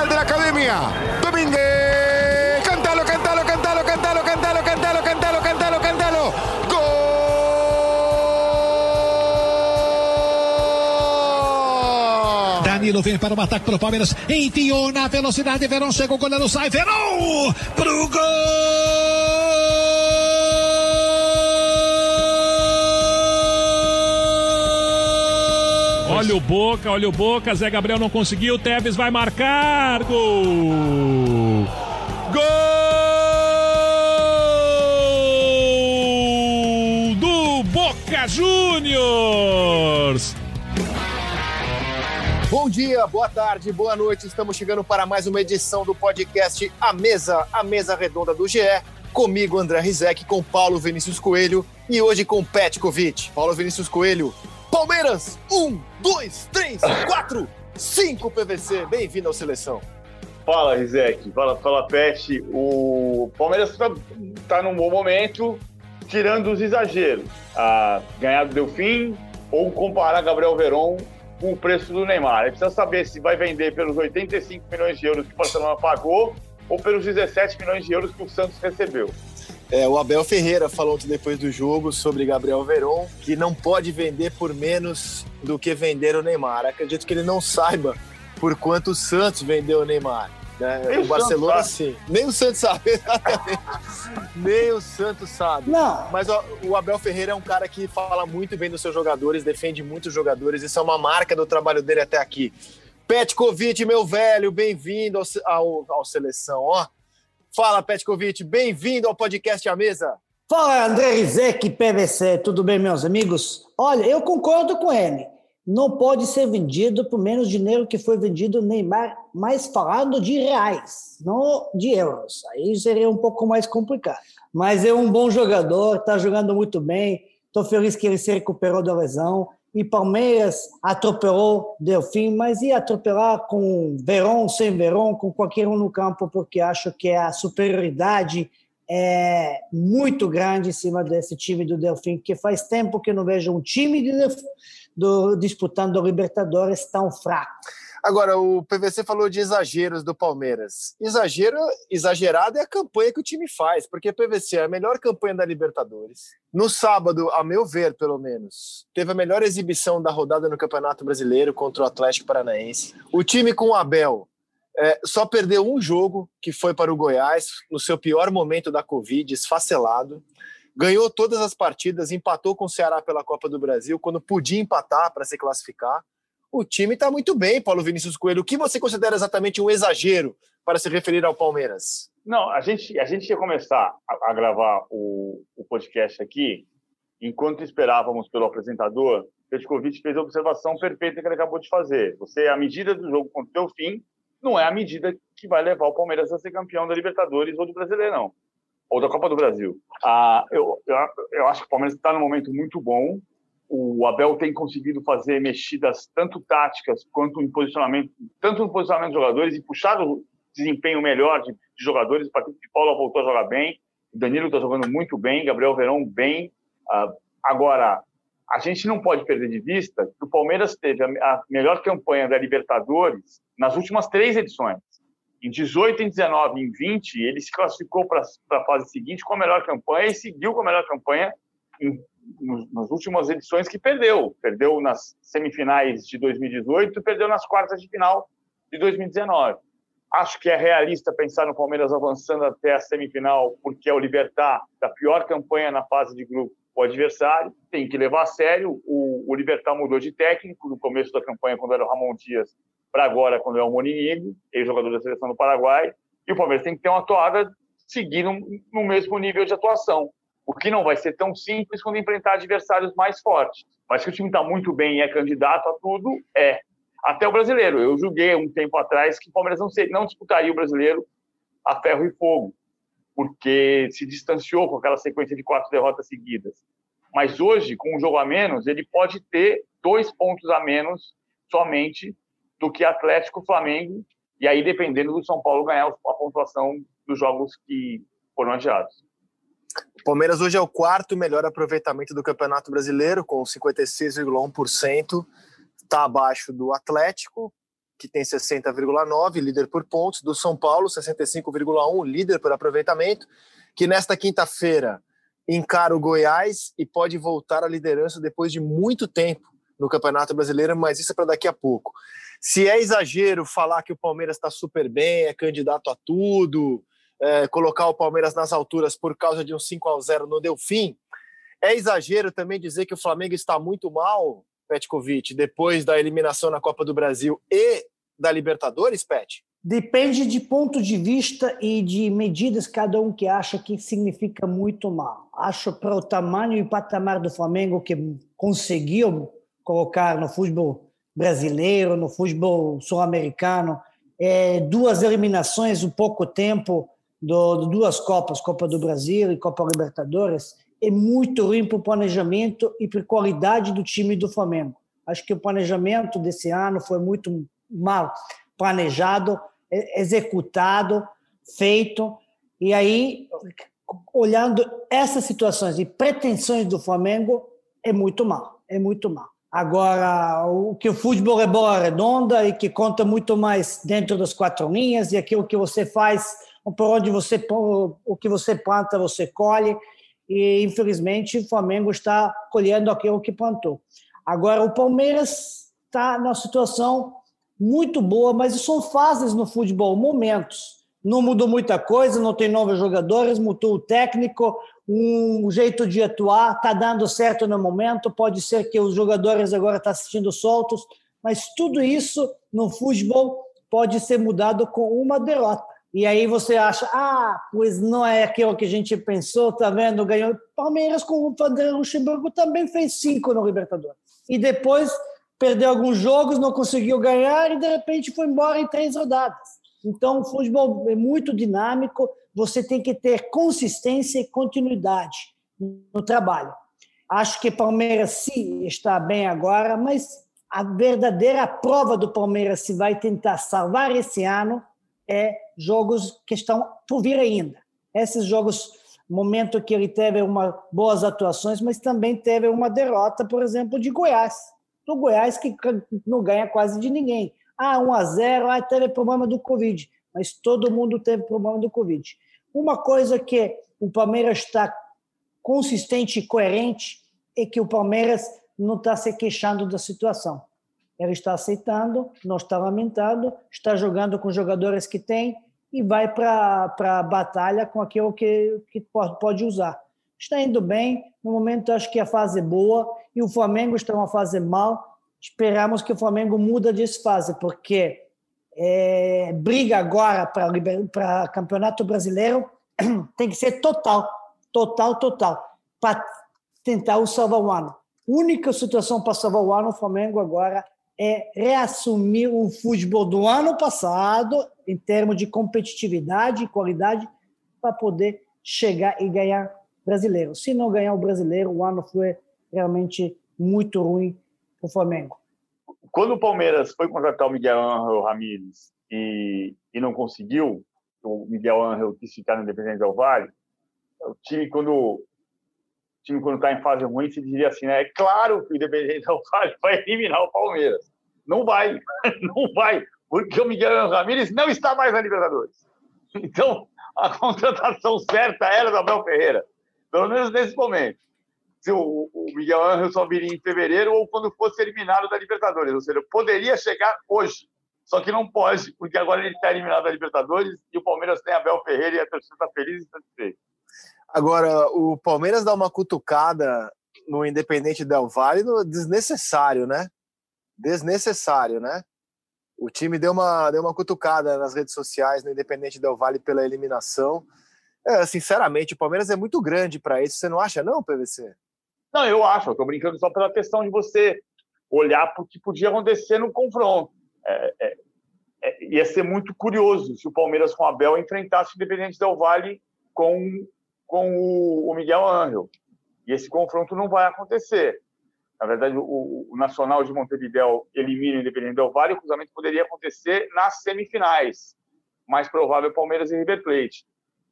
gol de la Academia. Domínguez. Cántalo, cántalo, cántalo, cántalo, cántalo, cántalo, cántalo, cántalo, cántalo. Gol! Danilo vem para o ataque pelo Palmeiras. Enfiou na velocidade. Verón chegou, o goleiro sai. Verón pro gol! Olha o Boca, Zé Gabriel não conseguiu, Tevez vai marcar, gol! Gol do Boca Juniors! Bom dia, boa tarde, boa noite, estamos chegando para mais uma edição do podcast A Mesa Redonda do GE, comigo André Rizek, com Paulo Vinícius Coelho e hoje com Petkovic. Paulo Vinícius Coelho, Palmeiras, 1, 2, 3, 4, 5 PVC. Bem-vindo ao Seleção. Fala, Rizek. Fala, Pet. O Palmeiras tá num bom momento, tirando os exageros. Ganhar do Delfim ou comparar Gabriel Verón com o preço do Neymar. Ele precisa saber se vai vender pelos 85 milhões de euros que o Barcelona pagou ou pelos 17 milhões de euros que o Santos recebeu. O Abel Ferreira falou ontem depois do jogo sobre Gabriel Verón, que não pode vender por menos do que vender o Neymar. Acredito que ele não saiba por quanto o Santos vendeu o Neymar. Né? O Barcelona, sim. Nem o Santos sabe, exatamente. Nem o Santos sabe. Não. Mas o Abel Ferreira é um cara que fala muito bem dos seus jogadores, defende muitos jogadores. Isso é uma marca do trabalho dele até aqui. Petkovic, meu velho, bem-vindo ao Seleção, ó. Fala, Petkovic, bem-vindo ao podcast A Mesa. Fala, André Rizek, PVC, tudo bem, meus amigos? Olha, eu concordo com ele. Não pode ser vendido por menos dinheiro que foi vendido no Neymar, mas falando de reais, não de euros. Aí seria um pouco mais complicado. Mas é um bom jogador, está jogando muito bem. Estou feliz que ele se recuperou da lesão. E Palmeiras atropelou Delfim, mas ia atropelar com Verón, sem Verón, com qualquer um no campo, porque acho que a superioridade é muito grande em cima desse time do Delfim, porque faz tempo que eu não vejo um time disputando o Libertadores tão fraco. Agora, o PVC falou de exageros do Palmeiras. Exagerado é a campanha que o time faz, porque PVC é a melhor campanha da Libertadores. No sábado, a meu ver, pelo menos, teve a melhor exibição da rodada no Campeonato Brasileiro contra o Atlético Paranaense. O time com o Abel só perdeu um jogo, que foi para o Goiás, no seu pior momento da Covid, esfacelado. Ganhou todas as partidas, empatou com o Ceará pela Copa do Brasil, quando podia empatar para se classificar. O time está muito bem, Paulo Vinícius Coelho. O que você considera exatamente um exagero para se referir ao Palmeiras? Não, a gente ia começar a gravar o podcast aqui, enquanto esperávamos pelo apresentador. Petkovic fez a observação perfeita que ele acabou de fazer. A medida do jogo contra o Delfim não é a medida que vai levar o Palmeiras a ser campeão da Libertadores ou do Brasileirão, ou da Copa do Brasil. Eu acho que o Palmeiras está num momento muito bom. O Abel tem conseguido fazer mexidas tanto táticas quanto em posicionamento, tanto no posicionamento dos jogadores e puxar o desempenho melhor de jogadores. O Patrick de Paula voltou a jogar bem, o Danilo está jogando muito bem, Gabriel Verón bem. Agora, a gente não pode perder de vista que o Palmeiras teve a melhor campanha da Libertadores nas últimas 3 edições. Em 18, em 19 e em 20, ele se classificou para a fase seguinte com a melhor campanha e seguiu com a melhor campanha nas últimas edições que perdeu nas semifinais de 2018 e perdeu nas quartas de final de 2019. Acho que é realista pensar no Palmeiras avançando até a semifinal, porque é o Libertad da pior campanha na fase de grupo o adversário. Tem que levar a sério. O Libertad mudou de técnico no começo da campanha, quando era o Ramon Dias, para agora, quando é o Morínigo, ex-jogador da seleção do Paraguai. E o Palmeiras tem que ter uma toada seguindo no mesmo nível de atuação, o que não vai ser tão simples quando enfrentar adversários mais fortes. Mas que o time está muito bem e é candidato a tudo, até o Brasileiro. Eu julguei um tempo atrás que o Palmeiras não disputaria o Brasileiro a ferro e fogo, porque se distanciou com aquela sequência de 4 derrotas seguidas. Mas hoje, com um jogo a menos, ele pode ter 2 pontos a menos somente do que Atlético, Flamengo, e aí dependendo do São Paulo ganhar a pontuação dos jogos que foram adiados. O Palmeiras hoje é o 4º melhor aproveitamento do Campeonato Brasileiro, com 56,1%. Está abaixo do Atlético, que tem 60,9, líder por pontos, do São Paulo, 65,1, líder por aproveitamento, que nesta quinta-feira encara o Goiás e pode voltar à liderança depois de muito tempo no Campeonato Brasileiro, mas isso é para daqui a pouco. Se é exagero falar que o Palmeiras está super bem, é candidato a tudo, colocar o Palmeiras nas alturas por causa de um 5-0 no Delfim, é exagero também dizer que o Flamengo está muito mal, Petkovic, depois da eliminação na Copa do Brasil e da Libertadores, Pet? Depende de ponto de vista e de medidas cada um que acha que significa muito mal. Acho para o tamanho e patamar do Flamengo que conseguiu colocar no futebol brasileiro, no futebol sul-americano, 2 eliminações em pouco tempo, de 2 Copas, Copa do Brasil e Copa Libertadores, é muito ruim para o planejamento e para a qualidade do time do Flamengo. Acho que o planejamento desse ano foi muito mal planejado, executado, feito, e aí, olhando essas situações e pretensões do Flamengo, é muito mal. Agora, o que o futebol é bola redonda e que conta muito mais dentro das 4 linhas, e aquilo que você faz, por onde você o que você planta, você colhe, e infelizmente o Flamengo está colhendo aquilo que plantou. Agora, o Palmeiras está numa situação muito boa, mas são fases no futebol, momentos. Não mudou muita coisa, não tem novos jogadores, mudou o técnico, um jeito de atuar, está dando certo no momento, pode ser que os jogadores agora estão assistindo soltos, mas tudo isso no futebol pode ser mudado com uma derrota. E aí você acha, pois não é aquilo que a gente pensou, tá vendo, ganhou. Palmeiras com o Vanderlei Luxemburgo também fez 5 no Libertadores. E depois perdeu alguns jogos, não conseguiu ganhar e de repente foi embora em 3 rodadas. Então o futebol é muito dinâmico, você tem que ter consistência e continuidade no trabalho. Acho que Palmeiras sim está bem agora, mas a verdadeira prova do Palmeiras se vai tentar salvar esse ano jogos que estão por vir ainda. Esses jogos, momento que ele teve boas atuações, mas também teve uma derrota, por exemplo, de Goiás. Do Goiás que não ganha quase de ninguém. 1-0, teve problema do Covid, mas todo mundo teve problema do Covid. Uma coisa que o Palmeiras está consistente e coerente é que o Palmeiras não está se queixando da situação. Ele está aceitando, não está lamentando, está jogando com os jogadores que tem e vai para a batalha com aquilo que pode usar. Está indo bem, no momento acho que a fase é boa e o Flamengo está numa fase mal. Esperamos que o Flamengo mude de fase, porque briga agora para Campeonato Brasileiro tem que ser total, para tentar salvar o ano. A única situação para salvar o ano, o Flamengo agora é reassumir o futebol do ano passado, em termos de competitividade e qualidade, para poder chegar e ganhar brasileiro. Se não ganhar o brasileiro, o ano foi realmente muito ruim para o Flamengo. Quando o Palmeiras foi contratar o Miguel Ángel Ramírez e não conseguiu, o Miguel Ángel quis ficar no Independente Del Valle, o time, quando está em fase ruim, se diria assim, né? É claro que o Independente Del Valle vai eliminar o Palmeiras. Não vai, porque o Miguel Ángel Ramírez não está mais na Libertadores. Então, a contratação certa era do Abel Ferreira, pelo menos nesse momento. Se o Miguel Ángel só viria em fevereiro ou quando fosse eliminado da Libertadores, ou seja, poderia chegar hoje, só que não pode, porque agora ele está eliminado da Libertadores e o Palmeiras tem Abel Ferreira e a torcida está feliz e satisfeita. Agora, o Palmeiras dá uma cutucada no Independente Del Valle desnecessário, né? O time deu uma cutucada nas redes sociais no Independente Del Valle pela eliminação. Sinceramente, o Palmeiras é muito grande para isso. Você não acha, não, PVC? Não, eu acho. Eu estou brincando só pela questão de você olhar para o que podia acontecer no confronto. Ia ser muito curioso se o Palmeiras com o Abel enfrentasse o Independente Del Valle com o Miguel Ángel. E esse confronto não vai acontecer. Na verdade, o Nacional de Montevidéu elimina o Independente Del Valle, o cruzamento poderia acontecer nas semifinais. Mais provável, Palmeiras e River Plate.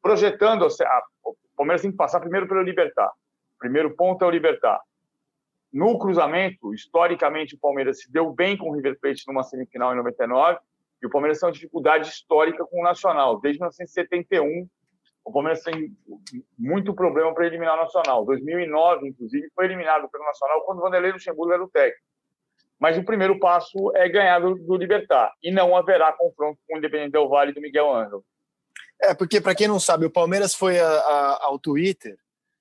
Projetando, o Palmeiras tem que passar primeiro pelo Libertad. O primeiro ponto é o Libertad. No cruzamento, historicamente, o Palmeiras se deu bem com o River Plate numa semifinal em 99, e o Palmeiras tem uma dificuldade histórica com o Nacional. Desde 1971, o Palmeiras tem muito problema para eliminar o Nacional. 2009, inclusive, foi eliminado pelo Nacional quando o Vanderlei Luxemburgo era o técnico. Mas o primeiro passo é ganhar do Libertad, e não haverá confronto com o Independiente Del Valle do Miguel Ángel. Porque, para quem não sabe, o Palmeiras foi ao Twitter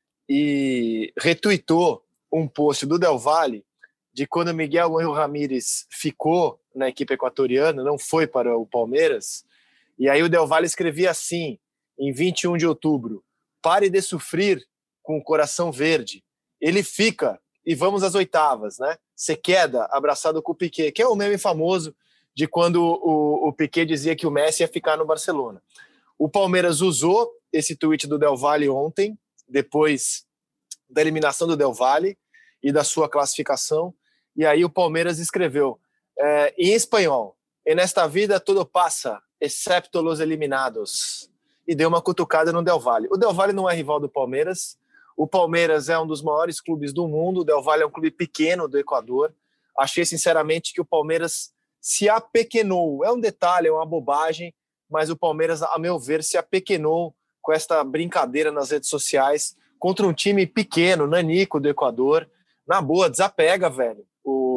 e retuitou um post do Del Valle de quando o Miguel Ángel Ramírez ficou na equipe equatoriana, não foi para o Palmeiras, e aí o Del Valle escrevia assim, em 21 de outubro, pare de sofrer com o coração verde, ele fica, e vamos às oitavas, né? Se queda, abraçado com o Piquet, que é o meme famoso de quando o Piquet dizia que o Messi ia ficar no Barcelona. O Palmeiras usou esse tweet do Del Valle ontem, depois da eliminação do Del Valle e da sua classificação, e aí o Palmeiras escreveu em espanhol, en esta vida todo passa, excepto los eliminados, e deu uma cutucada no Del Valle. O Del Valle não é rival do Palmeiras, o Palmeiras é um dos maiores clubes do mundo, o Del Valle é um clube pequeno do Equador. Achei sinceramente que o Palmeiras se apequenou, é um detalhe, é uma bobagem, mas o Palmeiras, a meu ver, se apequenou com esta brincadeira nas redes sociais contra um time pequeno, nanico do Equador. Na boa, desapega, velho.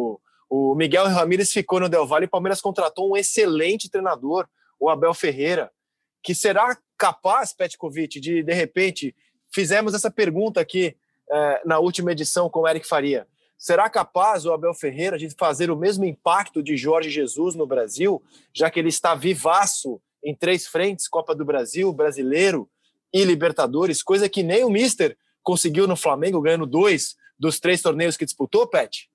O Miguel Ramírez ficou no Del Valle e o Palmeiras contratou um excelente treinador, o Abel Ferreira, que será capaz, Petkovic, de repente, fizemos essa pergunta aqui na última edição com o Eric Faria, será capaz o Abel Ferreira de fazer o mesmo impacto de Jorge Jesus no Brasil, já que ele está vivaço em 3 frentes, Copa do Brasil, Brasileiro e Libertadores, coisa que nem o Mister conseguiu no Flamengo, ganhando 2 dos 3 torneios que disputou, Pet?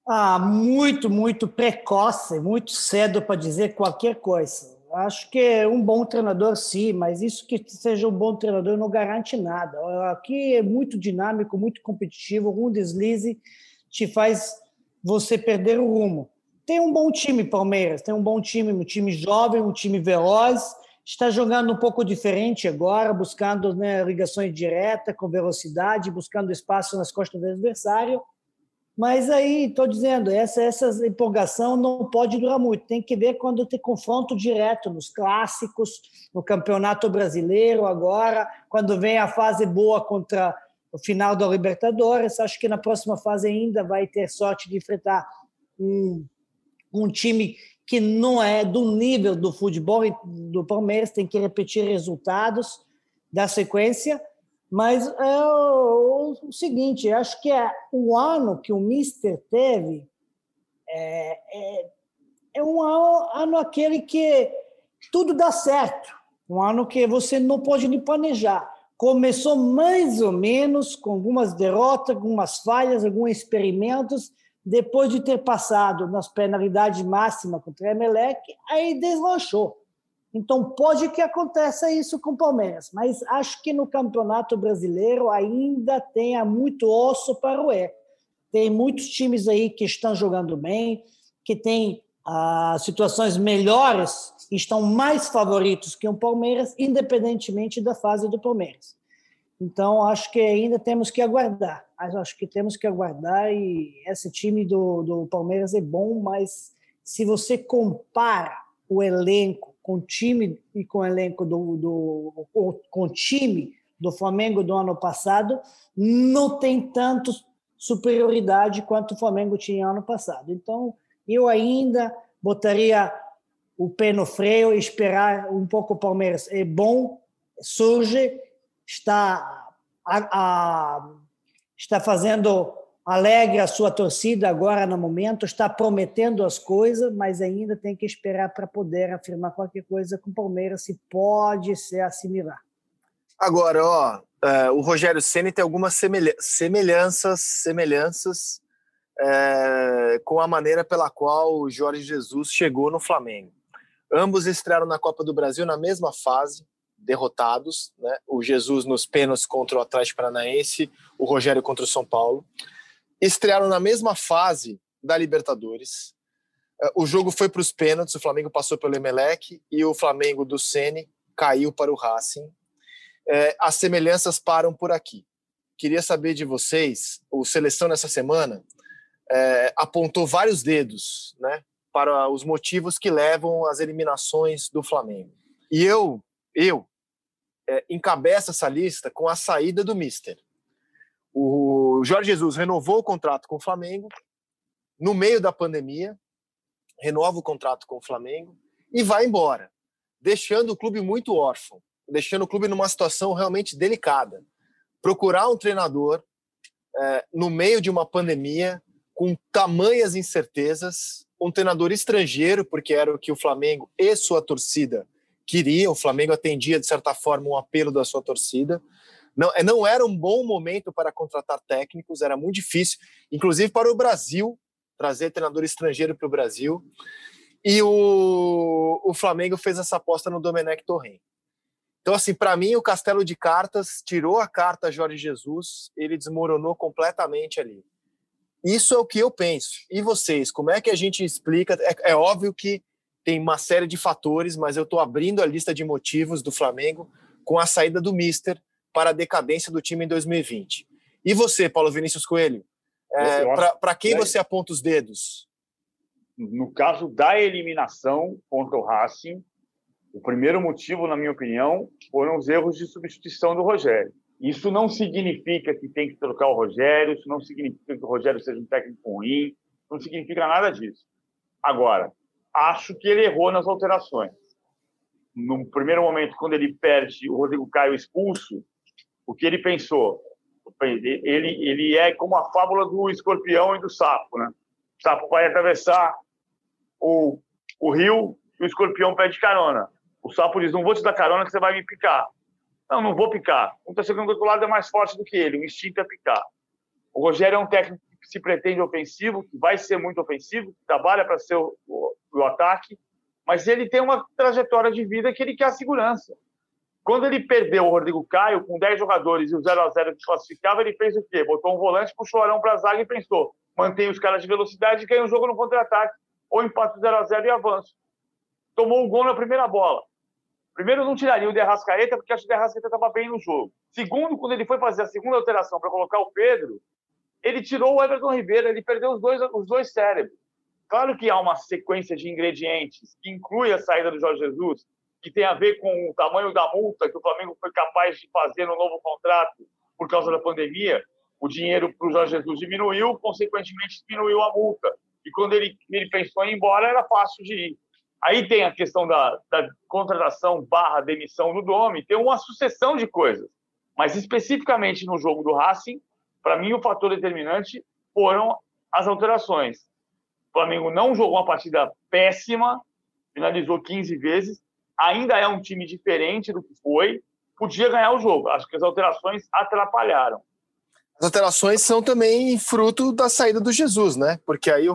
Muito, muito precoce, muito cedo para dizer qualquer coisa. Acho que é um bom treinador, sim, mas isso que seja um bom treinador não garante nada. Aqui é muito dinâmico, muito competitivo, um deslize te faz você perder o rumo. Tem um bom time, Palmeiras, tem um bom time, um time jovem, um time veloz, está jogando um pouco diferente agora, buscando, né, ligações diretas, com velocidade, buscando espaço nas costas do adversário. Mas aí, estou dizendo, essa empolgação não pode durar muito. Tem que ver quando tem confronto direto nos clássicos, no Campeonato Brasileiro agora, quando vem a fase boa contra o final da Libertadores. Acho que na próxima fase ainda vai ter sorte de enfrentar um time que não é do nível do futebol do Palmeiras, tem que repetir resultados da sequência. Mas é o seguinte, acho que o ano que o Mister teve é um ano aquele que tudo dá certo, um ano que você não pode nem planejar. Começou mais ou menos com algumas derrotas, algumas falhas, alguns experimentos, depois de ter passado nas penalidades máximas contra o Emelec, aí deslanchou. Então, pode que aconteça isso com o Palmeiras, mas acho que no Campeonato Brasileiro ainda tem muito osso para roer. Tem muitos times aí que estão jogando bem, que têm situações melhores e estão mais favoritos que o Palmeiras, independentemente da fase do Palmeiras. Então, acho que ainda temos que aguardar. Acho que temos que aguardar e esse time do Palmeiras é bom, mas se você compara o elenco com o time e com o elenco com o time do Flamengo do ano passado, não tem tanto superioridade quanto o Flamengo tinha ano passado. Então, eu ainda botaria o pé no freio e esperar um pouco o Palmeiras. É bom, surge, está fazendo alegre a sua torcida agora no momento, está prometendo as coisas, mas ainda tem que esperar para poder afirmar qualquer coisa com o Palmeiras, se pode se assimilar. Agora, o Rogério Ceni tem algumas semelhanças com a maneira pela qual o Jorge Jesus chegou no Flamengo. Ambos estrearam na Copa do Brasil na mesma fase, derrotados, né? O Jesus nos pênaltis contra o Atlético Paranaense, o Rogério contra o São Paulo. Estrearam na mesma fase da Libertadores. O jogo foi para os pênaltis, o Flamengo passou pelo Emelec e o Flamengo do Ceni caiu para o Racing. As semelhanças param por aqui. Queria saber de vocês, o Seleção nessa semana apontou vários dedos, né, para os motivos que levam às eliminações do Flamengo. E eu encabeço essa lista com a saída do Mister. O Jorge Jesus renovou o contrato com o Flamengo no meio da pandemia, renova o contrato com o Flamengo e vai embora, deixando o clube muito órfão, deixando o clube numa situação realmente delicada. Procurar um treinador no meio de uma pandemia, com tamanhas incertezas, um treinador estrangeiro, porque era o que o Flamengo e sua torcida queria. O Flamengo atendia, de certa forma, um apelo da sua torcida. Não era um bom momento para contratar técnicos, era muito difícil, inclusive para o Brasil, trazer treinador estrangeiro para o Brasil. E o Flamengo fez essa aposta no Domenech Torrent. Então, assim, para mim, o castelo de cartas tirou a carta Jorge Jesus, ele desmoronou completamente ali. Isso é o que eu penso. E vocês, como é que a gente explica? É óbvio que tem uma série de fatores, mas eu estou abrindo a lista de motivos do Flamengo com a saída do Mister para a decadência do time em 2020. E você, Paulo Vinícius Coelho? Para quem você aponta os dedos? No caso da eliminação contra o Racing, o primeiro motivo, na minha opinião, foram os erros de substituição do Rogério. Isso não significa que tem que trocar o Rogério, isso não significa que o Rogério seja um técnico ruim, não significa nada disso. Agora, acho que ele errou nas alterações. No primeiro momento, quando ele perde o Rodrigo Caio expulso, o que ele pensou? Ele é como a fábula do escorpião e do sapo, né? O sapo vai atravessar o rio e o escorpião pede carona. O sapo diz, não vou te dar carona que você vai me picar. Não vou picar. O torcedor do outro lado é mais forte do que ele, o instinto é picar. O Rogério é um técnico que se pretende ofensivo, que vai ser muito ofensivo, que trabalha para ser o ataque, mas ele tem uma trajetória de vida que ele quer a segurança. Quando ele perdeu o Rodrigo Caio, com 10 jogadores e o 0-0 que classificava, ele fez o quê? Botou um volante, puxou o Arão para a zaga e pensou, mantém os caras de velocidade e ganha o jogo no contra-ataque, ou empate 0-0 e avanço. Tomou o gol na primeira bola. Primeiro, não tiraria o De Arrascaeta, porque acho que o De Arrascaeta estava bem no jogo. Segundo, quando ele foi fazer a segunda alteração para colocar o Pedro, ele tirou o Everton Ribeiro, ele perdeu os dois cérebros. Claro que há uma sequência de ingredientes que inclui a saída do Jorge Jesus, que tem a ver com o tamanho da multa que o Flamengo foi capaz de fazer no novo contrato por causa da pandemia. O dinheiro para o Jorge Jesus diminuiu, consequentemente diminuiu a multa. E quando ele pensou em ir embora, era fácil de ir. Aí tem a questão da contratação / demissão do Domi, tem uma sucessão de coisas. Mas especificamente no jogo do Racing, para mim o fator determinante foram as alterações. O Flamengo não jogou uma partida péssima, finalizou 15 vezes, ainda é um time diferente do que foi, podia ganhar o jogo. Acho que as alterações atrapalharam. As alterações são também fruto da saída do Jesus, né? Porque aí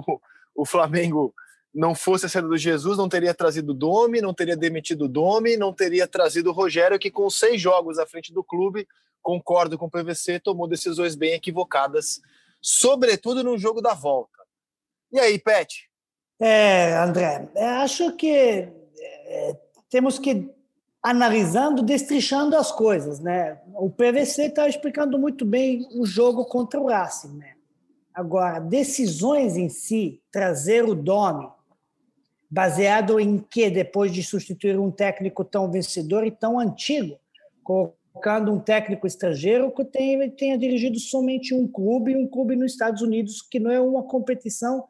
o Flamengo não fosse a saída do Jesus, não teria trazido o Domi, não teria demitido o Domi, não teria trazido o Rogério, que com 6 jogos à frente do clube, concordo com o PVC, tomou decisões bem equivocadas, sobretudo no jogo da volta. E aí, Pet? André, acho que temos que analisando, destrinchando as coisas, né? O PVC está explicando muito bem o jogo contra o Racing, né? Agora, decisões em si, trazer o Domi, baseado em que, depois de substituir um técnico tão vencedor e tão antigo, colocando um técnico estrangeiro que tenha dirigido somente um clube nos Estados Unidos, que não é uma competição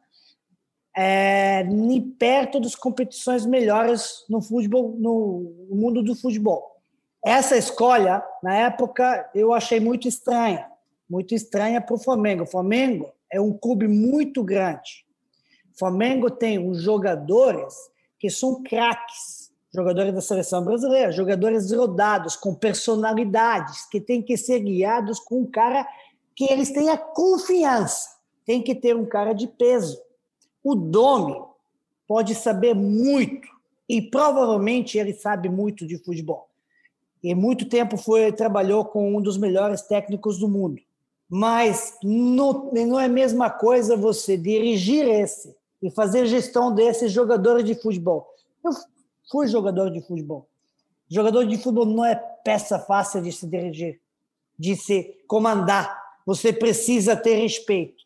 nem perto das competições melhores no futebol, no mundo do futebol. Essa escolha, na época, eu achei muito estranha para o Flamengo. O Flamengo é um clube muito grande. O Flamengo tem os jogadores que são craques, jogadores da seleção brasileira, jogadores rodados, com personalidades, que têm que ser guiados com um cara que eles tenham confiança. Tem que ter um cara de peso. O Domi pode saber muito, e provavelmente ele sabe muito de futebol. E muito tempo trabalhou com um dos melhores técnicos do mundo. Mas não é a mesma coisa você dirigir e fazer gestão desses jogadores de futebol. Eu fui jogador de futebol. Jogador de futebol não é peça fácil de se dirigir, de se comandar. Você precisa ter respeito.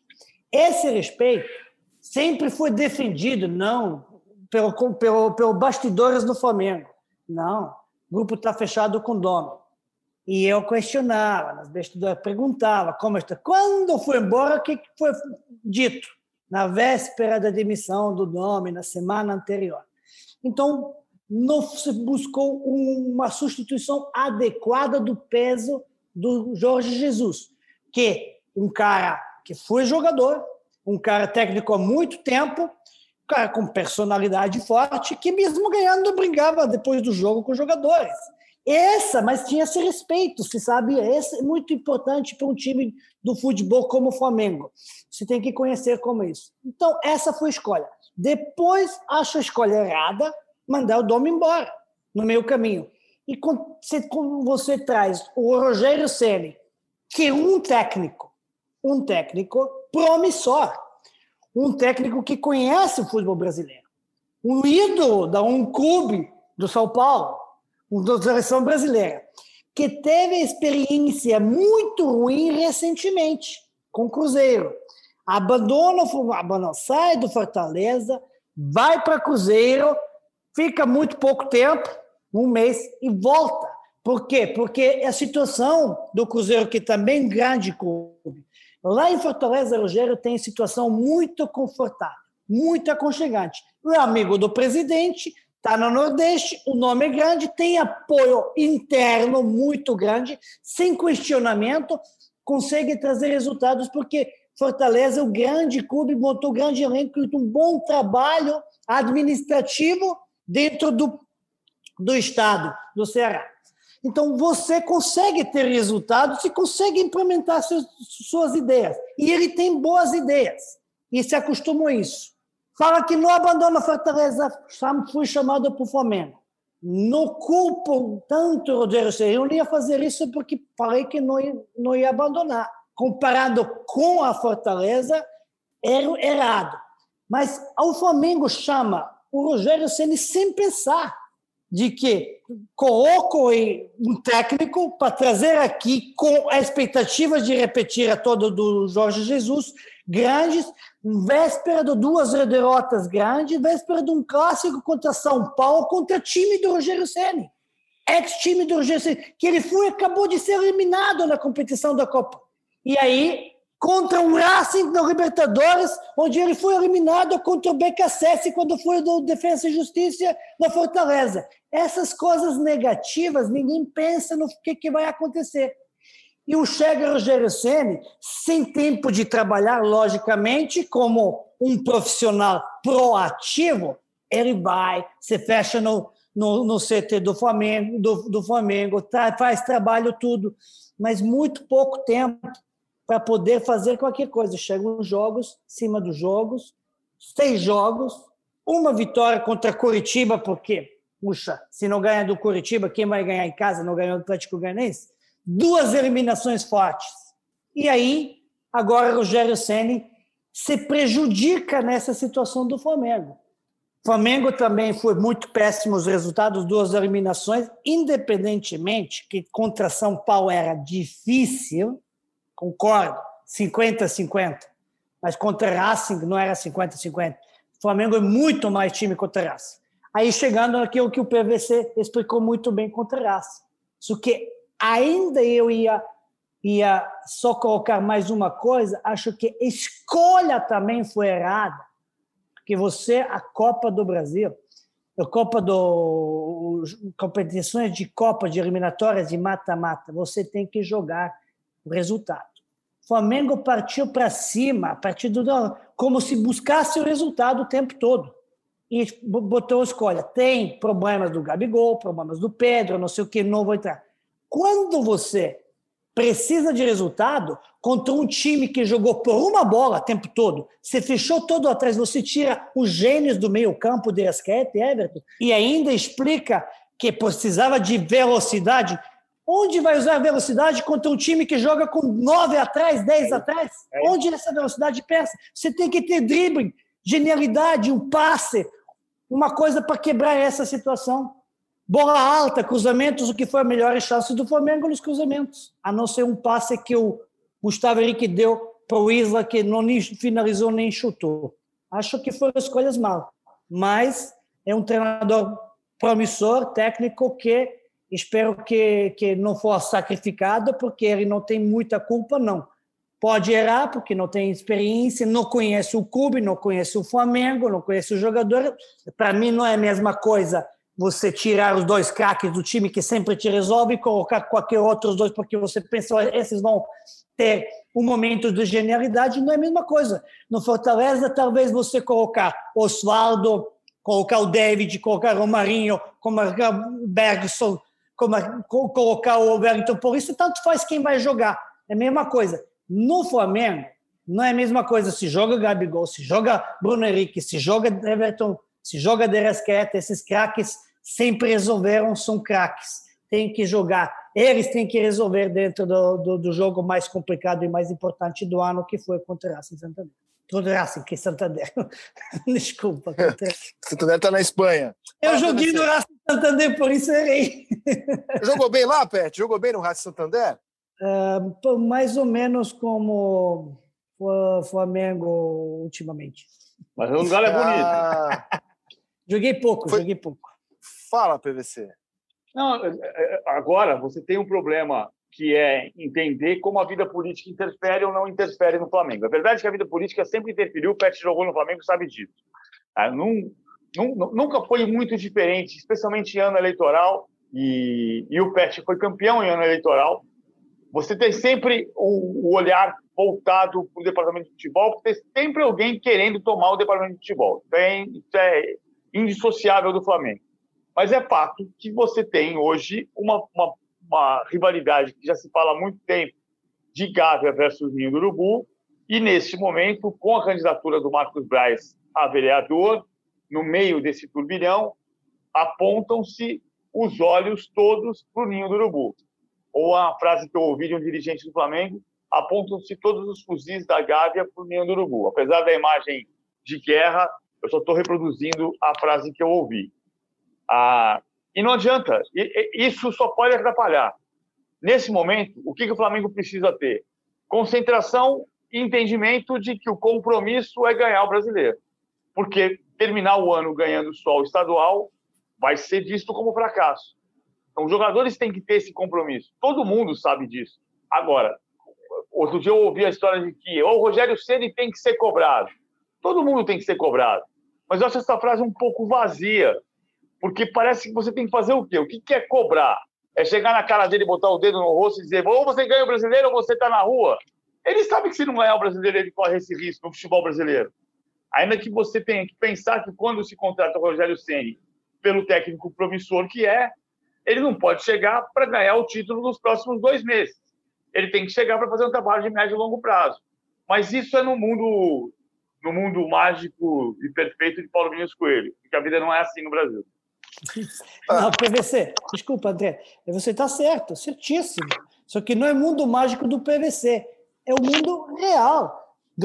Esse respeito sempre foi defendido, não pelo bastidores do Flamengo. Não, o grupo está fechado com o Domi. E eu questionava, nas bastidores perguntava como está. Quando foi embora, o que foi dito? Na véspera da demissão do Domi, na semana anterior. Então, não se buscou uma substituição adequada do peso do Jorge Jesus, que um cara que foi jogador, um cara técnico há muito tempo, um cara com personalidade forte, que mesmo ganhando brigava depois do jogo com os jogadores. Mas tinha esse respeito, se sabe? Esse é muito importante para um time do futebol como o Flamengo. Você tem que conhecer como isso. Então, essa foi a escolha. Depois, acho a escolha errada, mandar o Domi embora, no meio caminho. E quando você traz o Rogério Ceni, que é um técnico promissor, um técnico que conhece o futebol brasileiro, um ídolo da clube do São Paulo, da seleção brasileira, que teve experiência muito ruim recentemente com o Cruzeiro. Sai do Fortaleza, vai para Cruzeiro, fica muito pouco tempo, um mês, e volta. Por quê? Porque a situação do Cruzeiro, que também é grande clube, lá em Fortaleza, Rogério tem situação muito confortável, muito aconchegante. O amigo do presidente está no Nordeste, o nome é grande, tem apoio interno muito grande, sem questionamento, consegue trazer resultados, porque Fortaleza é um grande clube, montou um grande elenco, um bom trabalho administrativo dentro do estado, do Ceará. Então, você consegue ter resultados e consegue implementar suas ideias. E ele tem boas ideias, e se acostumou a isso. Fala que não abandona Fortaleza, fui chamado para o Flamengo. Não culpo tanto o Rogério Ceni, eu não ia fazer isso porque falei que não ia abandonar. Comparado com a Fortaleza, era errado. Mas o Flamengo chama o Rogério Ceni sem pensar, de que coloco um técnico para trazer aqui com a expectativa de repetir a toda do Jorge Jesus, grandes, véspera de 2 derrotas grandes, véspera de um clássico contra São Paulo, contra time do Rogério Ceni, ex-time do Rogério Ceni, que ele acabou de ser eliminado na competição da Copa. E aí, contra um Racing no Libertadores, onde ele foi eliminado contra o BKSS quando foi do Defensa e Justiça na Fortaleza. Essas coisas negativas, ninguém pensa no que vai acontecer. E chega o Rogério Ceni, sem tempo de trabalhar, logicamente, como um profissional proativo, ele vai, se fecha no CT do Flamengo, faz trabalho tudo, mas muito pouco tempo para poder fazer qualquer coisa. Chegam os jogos, cima dos jogos, 6 jogos, uma vitória contra Curitiba, porque, puxa, se não ganha do Curitiba, quem vai ganhar em casa? Não ganhou do Atlético Goianiense? 2 eliminações fortes. E aí, agora o Rogério Ceni se prejudica nessa situação do Flamengo. O Flamengo também foi muito péssimo os resultados, 2 eliminações, independentemente que contra São Paulo era difícil, concordo, 50-50, mas contra Racing não era 50-50. O Flamengo é muito mais time contra Racing. Aí chegando naquilo que o PVC explicou muito bem contra Racing. Isso que ainda eu ia só colocar mais uma coisa, acho que a escolha também foi errada, porque a Copa do Brasil, competições de Copa, de eliminatórias, de mata-mata, você tem que jogar o resultado. O Flamengo partiu para cima, como se buscasse o resultado o tempo todo. E botou a escolha. Tem problemas do Gabigol, problemas do Pedro, não sei o que, não vou entrar. Quando você precisa de resultado, contra um time que jogou por uma bola o tempo todo, você fechou todo atrás, você tira os gênios do meio campo, de Arrascaeta e Everton, e ainda explica que precisava de velocidade. Onde vai usar a velocidade contra um time que joga com 9 atrás, 10 atrás? Onde essa velocidade pensa? Você tem que ter drible, genialidade, um passe, uma coisa para quebrar essa situação. Bola alta, cruzamentos, o que foi a melhor chance do Flamengo nos cruzamentos, a não ser um passe que o Gustavo Henrique deu o Isla, que não nem finalizou nem chutou. Acho que foram escolhas mal. Mas é um treinador promissor, técnico, que espero que não for sacrificado, porque ele não tem muita culpa, não. Pode errar, porque não tem experiência, não conhece o clube, não conhece o Flamengo, não conhece o jogador. Para mim, não é a mesma coisa você tirar os 2 craques do time que sempre te resolve e colocar qualquer outros 2, porque você pensa, esses vão ter um momento de genialidade. Não é a mesma coisa. No Fortaleza, talvez você colocar Osvaldo, colocar o David, colocar o Romarinho, colocar o Bergson, colocar o Wellington. Por isso, tanto faz quem vai jogar. É a mesma coisa. No Flamengo, não é a mesma coisa se joga Gabigol, se joga Bruno Henrique, se joga Everton, se joga De Arrascaeta. Esses craques sempre resolveram, são craques. Tem que jogar. Eles têm que resolver dentro do jogo mais complicado e mais importante do ano, que foi contra o Racing Santander. Contra o Racing, que Santander. Desculpa. Santander está na Espanha. Eu joguei no Racing Santander, por isso errei. Jogou bem lá, Pet? Jogou bem no Racing Santander? Mais ou menos como o Flamengo ultimamente. Mas o lugar é bonito. Joguei pouco. Fala, PVC. Não, agora você tem um problema, que é entender como a vida política interfere ou não interfere no Flamengo. A verdade é que a vida política sempre interferiu, o Pet jogou no Flamengo, sabe disso. Nunca foi muito diferente, especialmente em ano eleitoral, e o Pet foi campeão em ano eleitoral. Você tem sempre o olhar voltado para o departamento de futebol, porque tem sempre alguém querendo tomar o departamento de futebol. Isso é indissociável do Flamengo. Mas é fato que você tem hoje uma rivalidade que já se fala há muito tempo de Gávea versus Ninho do Urubu, e neste momento, com a candidatura do Marcos Braz a vereador, no meio desse turbilhão, apontam-se os olhos todos para o Ninho do Urubu. Ou a frase que eu ouvi de um dirigente do Flamengo, apontam-se todos os fuzis da Gávea para o Ninho do Urubu. Apesar da imagem de guerra, eu só estou reproduzindo a frase que eu ouvi. E não adianta, isso só pode atrapalhar. Nesse momento, o que o Flamengo precisa ter? Concentração e entendimento de que o compromisso é ganhar o Brasileiro. Porque terminar o ano ganhando só o estadual vai ser visto como fracasso. Então, os jogadores têm que ter esse compromisso. Todo mundo sabe disso. Agora, outro dia eu ouvi a história de que o Rogério Ceni tem que ser cobrado. Todo mundo tem que ser cobrado. Mas eu acho essa frase um pouco vazia, porque parece que você tem que fazer o quê? O que é cobrar? É chegar na cara dele, botar o dedo no rosto e dizer ou você ganha o Brasileiro ou você está na rua. Ele sabe que se não ganhar o Brasileiro, ele corre esse risco no futebol brasileiro. Ainda que você tenha que pensar que quando se contrata o Rogério Ceni pelo técnico promissor que é, ele não pode chegar para ganhar o título nos próximos 2 meses. Ele tem que chegar para fazer um trabalho de médio e longo prazo. Mas isso é no mundo mágico e perfeito de Paulo Vinícius Coelho, porque a vida não é assim no Brasil. Não, PVC, desculpa, André, você está certo, certíssimo. Só que não é mundo mágico do PVC, é o mundo real, de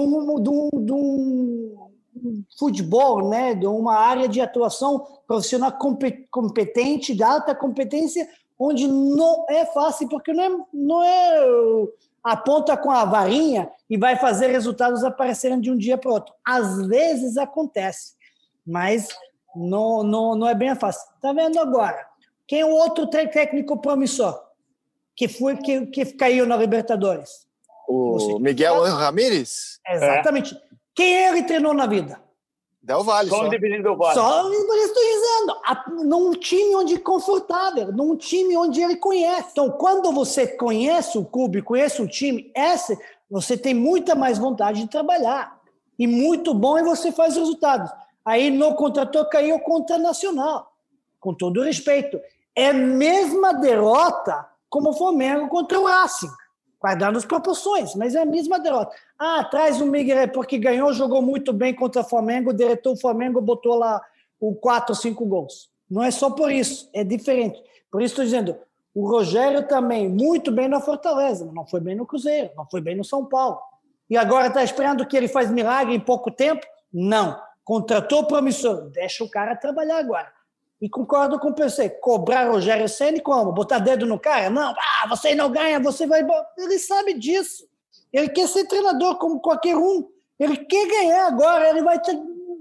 um futebol, né? De uma área de atuação profissional competente, de alta competência, onde não é fácil, porque não é aponta com a varinha e vai fazer resultados aparecerem de um dia para o outro. Às vezes acontece, mas não é bem fácil. Está vendo agora? Quem é o outro técnico promissor que caiu na Libertadores? O Miguel Ramírez? Exatamente. Quem ele treinou na vida? Del Valle. Só o Independente Del Valle. Só por isso estou dizendo. Num time onde é confortável, num time onde ele conhece. Então, quando você conhece o clube, conhece o time, você tem muita mais vontade de trabalhar. E muito bom e você faz resultados. Aí não contratou, caiu contra a Nacional. Com todo respeito. É a mesma derrota como o Flamengo contra o Racing. Guardando as proporções, mas é a mesma derrota. Traz o Miguel, porque ganhou, jogou muito bem contra o Flamengo, diretou o Flamengo, botou lá 4 ou 5 gols. Não é só por isso, é diferente. Por isso estou dizendo, o Rogério também, muito bem na Fortaleza, não foi bem no Cruzeiro, não foi bem no São Paulo. E agora está esperando que ele faz milagre em pouco tempo? Não. Contratou o promissor, deixa o cara trabalhar agora. E concordo com você, cobrar Rogério Ceni como? Botar dedo no cara? Não, você não ganha, você vai... Ele sabe disso. Ele quer ser treinador como qualquer um. Ele quer ganhar agora, ele vai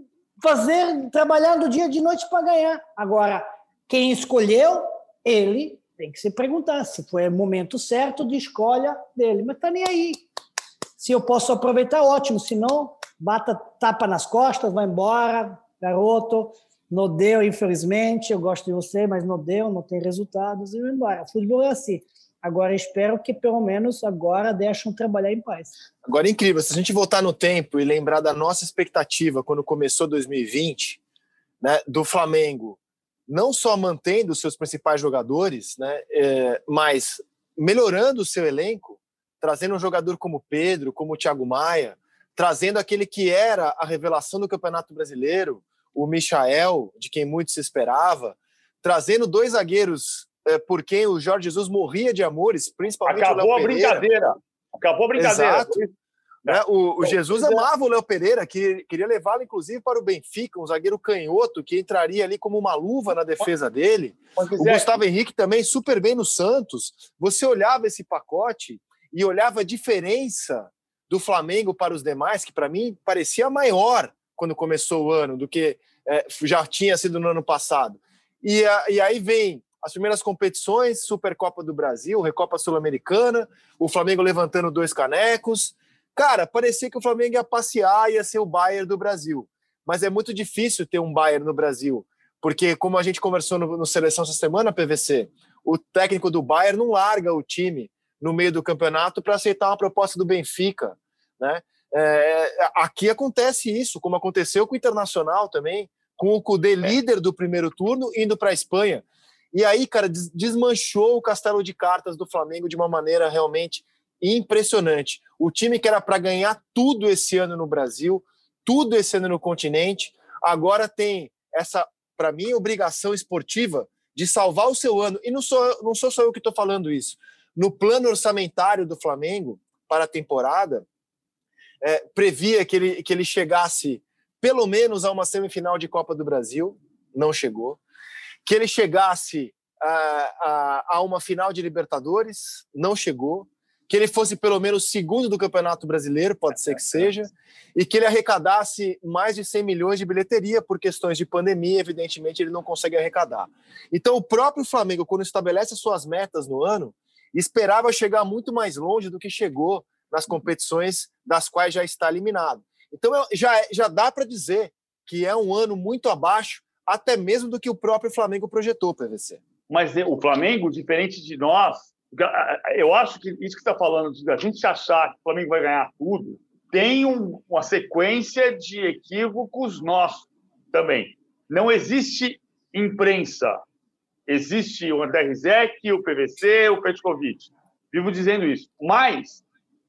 trabalhar do dia de noite para ganhar. Agora, quem escolheu, ele tem que se perguntar se foi o momento certo de escolha dele. Mas tá nem aí. Se eu posso aproveitar, ótimo. Se não, bata tapa nas costas, vai embora, garoto. Não deu, infelizmente. Eu gosto de você, mas não deu, não tem resultados. E vai embora. O futebol é assim. Agora, espero que, pelo menos, agora deixem trabalhar em paz. Agora, é incrível. Se a gente voltar no tempo e lembrar da nossa expectativa quando começou 2020, né, do Flamengo, não só mantendo os seus principais jogadores, né, mas melhorando o seu elenco, trazendo um jogador como Pedro, como o Thiago Maia, trazendo aquele que era a revelação do Campeonato Brasileiro, o Michael, de quem muito se esperava, trazendo 2 zagueiros por quem o Jorge Jesus morria de amores, principalmente o Léo Pereira. Acabou a brincadeira. Exato. Né? O Jesus amava o Léo Pereira, que queria levá-lo, inclusive, para o Benfica, um zagueiro canhoto, que entraria ali como uma luva na defesa dele. O Gustavo Henrique também super bem no Santos. Você olhava esse pacote e olhava a diferença do Flamengo para os demais, que para mim parecia maior quando começou o ano, do que já tinha sido no ano passado. E aí vem as primeiras competições, Supercopa do Brasil, Recopa Sul-Americana, o Flamengo levantando 2 canecos. Cara, parecia que o Flamengo ia passear, ia ser o Bayern do Brasil. Mas é muito difícil ter um Bayern no Brasil, porque como a gente conversou no Seleção essa semana, PVC, o técnico do Bayern não larga o time no meio do campeonato para aceitar uma proposta do Benfica, né? Aqui acontece isso, como aconteceu com o Internacional também, com o Kudê líder do primeiro turno, indo para a Espanha. E aí, cara, desmanchou o castelo de cartas do Flamengo de uma maneira realmente impressionante. O time que era para ganhar tudo esse ano no Brasil, tudo esse ano no continente, agora tem essa, para mim, obrigação esportiva de salvar o seu ano. E não sou só eu que estou falando isso. No plano orçamentário do Flamengo para a temporada, previa que ele chegasse pelo menos a uma semifinal de Copa do Brasil, não chegou. Que ele chegasse a uma final de Libertadores, não chegou. Que ele fosse pelo menos segundo do Campeonato Brasileiro, pode ser que seja, e que ele arrecadasse mais de 100 milhões de bilheteria, por questões de pandemia, evidentemente ele não consegue arrecadar. Então o próprio Flamengo, quando estabelece as suas metas no ano, esperava chegar muito mais longe do que chegou nas competições das quais já está eliminado. Então já dá para dizer que é um ano muito abaixo, até mesmo do que o próprio Flamengo projetou, PVC. Mas o Flamengo, diferente de nós, eu acho que isso que você está falando, a gente achar que o Flamengo vai ganhar tudo, tem uma sequência de equívocos nossos também. Não existe imprensa. Existe o André Rizek, o PVC, o Petkovic. Vivo dizendo isso. Mas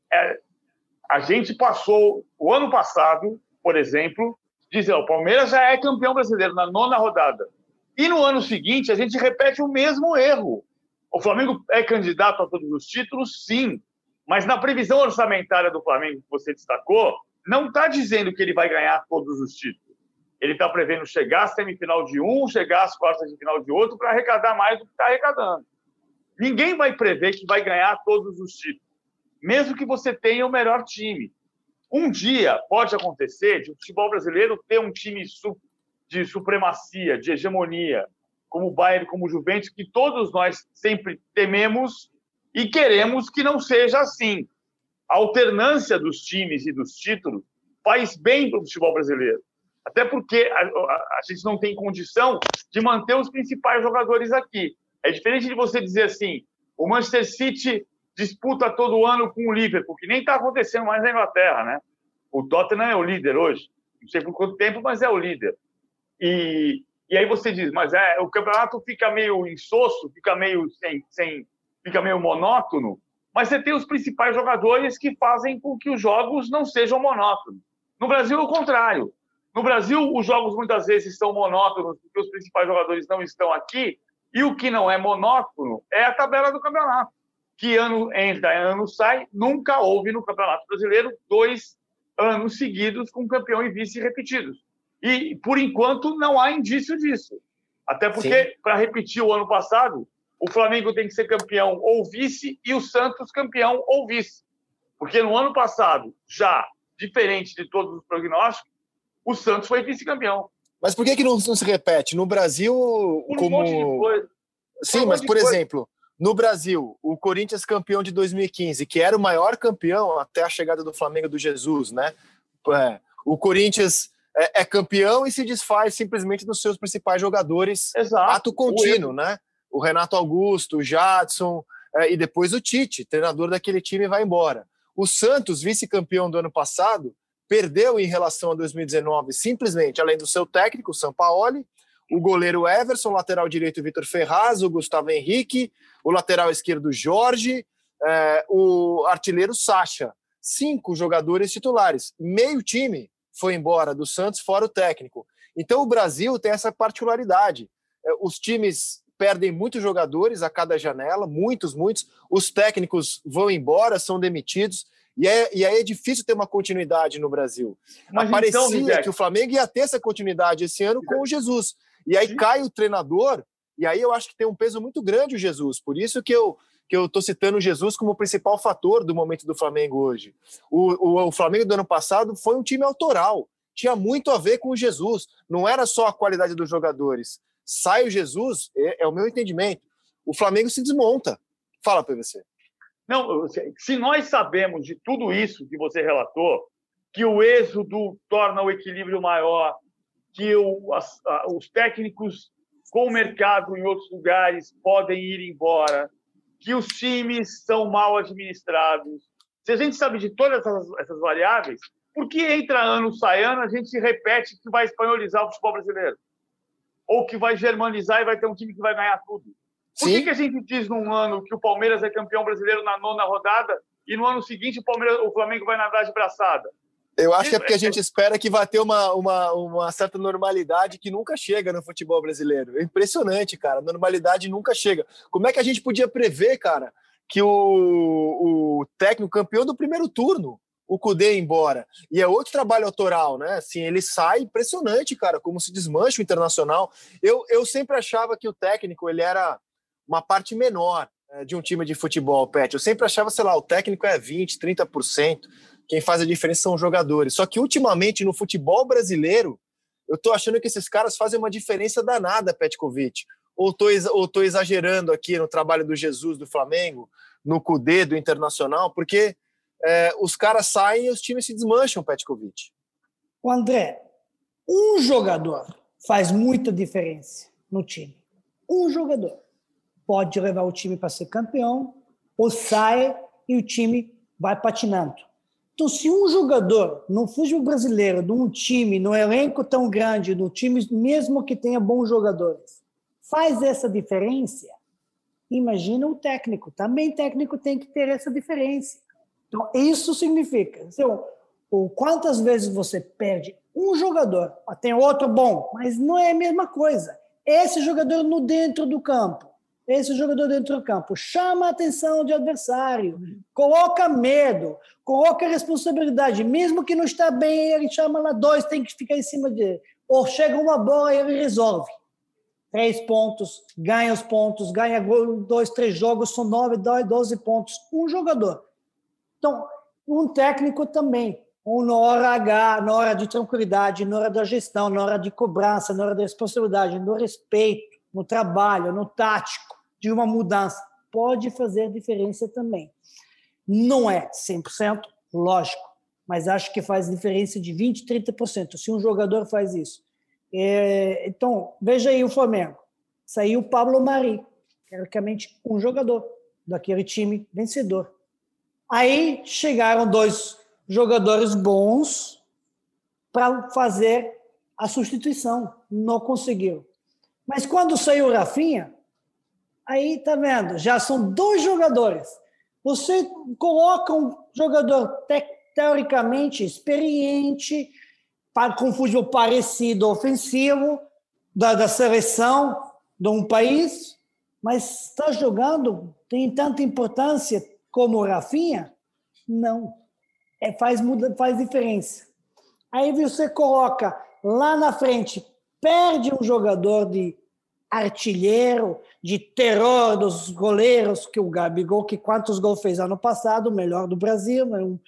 a gente passou, o ano passado, por exemplo, dizendo, o Palmeiras já é campeão brasileiro na 9ª rodada. E no ano seguinte, a gente repete o mesmo erro. O Flamengo é candidato a todos os títulos, sim. Mas na previsão orçamentária do Flamengo que você destacou, não está dizendo que ele vai ganhar todos os títulos. Ele está prevendo chegar à semifinal de um, chegar às quartas de final de outro, para arrecadar mais do que está arrecadando. Ninguém vai prever que vai ganhar todos os títulos, mesmo que você tenha o melhor time. Um dia pode acontecer de o futebol brasileiro ter um time de supremacia, de hegemonia, como o Bayern, como o Juventus, que todos nós sempre tememos e queremos que não seja assim. A alternância dos times e dos títulos faz bem para o futebol brasileiro. Até porque a gente não tem condição de manter os principais jogadores aqui. É diferente de você dizer assim, o Manchester City disputa todo ano com o Liverpool, que nem está acontecendo mais na Inglaterra, né? O Tottenham é o líder hoje. Não sei por quanto tempo, mas é o líder. E aí você diz, mas o campeonato fica meio insosso, fica meio fica meio monótono, mas você tem os principais jogadores que fazem com que os jogos não sejam monótonos. No Brasil, é o contrário. No Brasil, os jogos muitas vezes são monótonos porque os principais jogadores não estão aqui, e o que não é monótono é a tabela do campeonato, que ano entra, ano sai. Nunca houve no Campeonato Brasileiro 2 anos seguidos com campeão e vice repetidos. E, por enquanto, não há indício disso. Até porque, para repetir o ano passado, o Flamengo tem que ser campeão ou vice e o Santos campeão ou vice. Porque no ano passado, já diferente de todos os prognósticos, o Santos foi vice-campeão. Mas por que não se repete? No Brasil, Por um monte de coisa. Sim, mas, por exemplo, no Brasil, o Corinthians campeão de 2015, que era o maior campeão até a chegada do Flamengo do Jesus, né? O Corinthians é campeão e se desfaz simplesmente dos seus principais jogadores. Exato. Ato contínuo, né? O Renato Augusto, o Jadson, e depois o Tite, treinador daquele time, vai embora. O Santos, vice-campeão do ano passado, perdeu em relação a 2019, simplesmente, além do seu técnico, o Sampaoli, o goleiro Everson, o lateral direito Vitor Ferraz, o Gustavo Henrique, o lateral esquerdo Jorge, o artilheiro Sacha. 5 jogadores titulares. Meio time foi embora do Santos, fora o técnico. Então o Brasil tem essa particularidade. Os times perdem muitos jogadores a cada janela, muitos. Os técnicos vão embora, são demitidos. E aí é difícil ter uma continuidade no Brasil. Mas parecia então, que o Flamengo ia ter essa continuidade esse ano com o Jesus. E aí cai o treinador, e aí eu acho que tem um peso muito grande o Jesus. Por isso que eu estou citando o Jesus como o principal fator do momento do Flamengo hoje. O Flamengo do ano passado foi um time autoral. Tinha muito a ver com o Jesus. Não era só a qualidade dos jogadores. Sai o Jesus, é o meu entendimento. O Flamengo se desmonta. Fala, PVC. Não, se nós sabemos de tudo isso que você relatou, que o êxodo torna o equilíbrio maior, que os técnicos com o mercado em outros lugares podem ir embora, que os times são mal administrados. Se a gente sabe de todas essas variáveis, por que entra ano, sai ano, a gente se repete que vai espanholizar o futebol brasileiro? Ou que vai germanizar e vai ter um time que vai ganhar tudo? Por que a gente diz num ano que o Palmeiras é campeão brasileiro na 9ª rodada e no ano seguinte o Flamengo vai nadar de braçada? Eu acho que é porque a gente espera que vai ter uma certa normalidade que nunca chega no futebol brasileiro. É impressionante, cara. A normalidade nunca chega. Como é que a gente podia prever, cara, que o técnico campeão do primeiro turno, o Kudê, ia embora? E é outro trabalho autoral, né? Assim, ele sai impressionante, cara, como se desmancha o Internacional. Eu sempre achava que o técnico ele era uma parte menor de um time de futebol, Pet. Eu sempre achava, sei lá, o técnico é 20%, 30%. Quem faz a diferença são os jogadores. Só que, ultimamente, no futebol brasileiro, eu tô achando que esses caras fazem uma diferença danada, Petkovic. Ou tô exagerando aqui no trabalho do Jesus do Flamengo, no Kudê do Internacional, porque os caras saem e os times se desmancham, Petkovic. O André, um jogador faz muita diferença no time. Um jogador pode levar o time para ser campeão, ou sai e o time vai patinando. Então, se um jogador no futebol brasileiro, de um time, no elenco tão grande, no time mesmo que tenha bons jogadores, faz essa diferença, imagina o técnico. Também o técnico tem que ter essa diferença. Então, isso significa, então, quantas vezes você perde um jogador, tem outro bom, mas não é a mesma coisa. Esse jogador no dentro do campo, chama a atenção do adversário, coloca medo, coloca responsabilidade, mesmo que não está bem, ele chama lá 2, tem que ficar em cima dele, ou chega uma bola e ele resolve. 3 pontos, ganha os pontos, ganha 2, 3 jogos, são 9, 12 pontos, um jogador. Então, um técnico também, ou na hora H, na hora de tranquilidade, na hora da gestão, na hora de cobrança, na hora da responsabilidade, no respeito, no trabalho, no tático, de uma mudança, pode fazer diferença também. Não é 100%, lógico, mas acho que faz diferença de 20%, 30%, se um jogador faz isso. Então, veja aí o Flamengo. Saiu o Pablo Mari, teoricamente um jogador daquele time vencedor. Aí chegaram 2 jogadores bons para fazer a substituição, não conseguiram. Mas quando saiu o Rafinha, aí tá vendo, já são 2 jogadores. Você coloca um jogador teoricamente experiente, com futebol parecido, ofensivo, da seleção de um país, mas está jogando, tem tanta importância como o Rafinha? Não. Faz diferença. Aí você coloca lá na frente, perde um jogador de artilheiro, de terror dos goleiros, que o Gabigol, que quantos gols fez ano passado, o melhor do Brasil,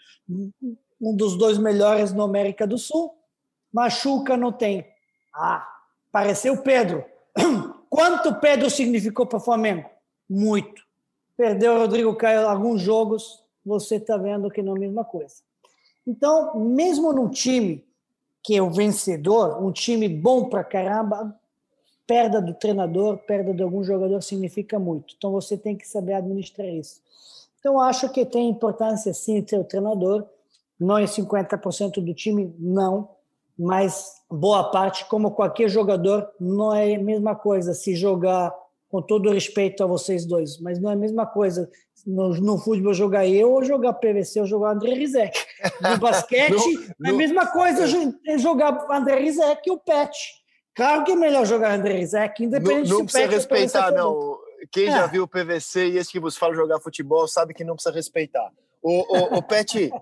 um dos 2 melhores na América do Sul, machuca, não tem. Apareceu o Pedro. Quanto Pedro significou para o Flamengo? Muito. Perdeu o Rodrigo Caio alguns jogos, você está vendo que não é a mesma coisa. Então, mesmo num time que é o vencedor, um time bom pra caramba, perda do treinador, perda de algum jogador significa muito. Então, você tem que saber administrar isso. Então, acho que tem importância, sim, ter o treinador. Não é 50% do time, não. Mas boa parte, como qualquer jogador, não é a mesma coisa se jogar, com todo respeito a vocês dois, mas não é a mesma coisa no futebol jogar eu ou jogar PVC ou jogar André Rizek. No basquete, é a mesma coisa jogar André Rizek e o Pet. Claro que é melhor jogar André Rizek, independente não se o precisa Pet respeitar, não. Quem já viu o PVC e esse que vos fala jogar futebol sabe que não precisa respeitar. O Pet,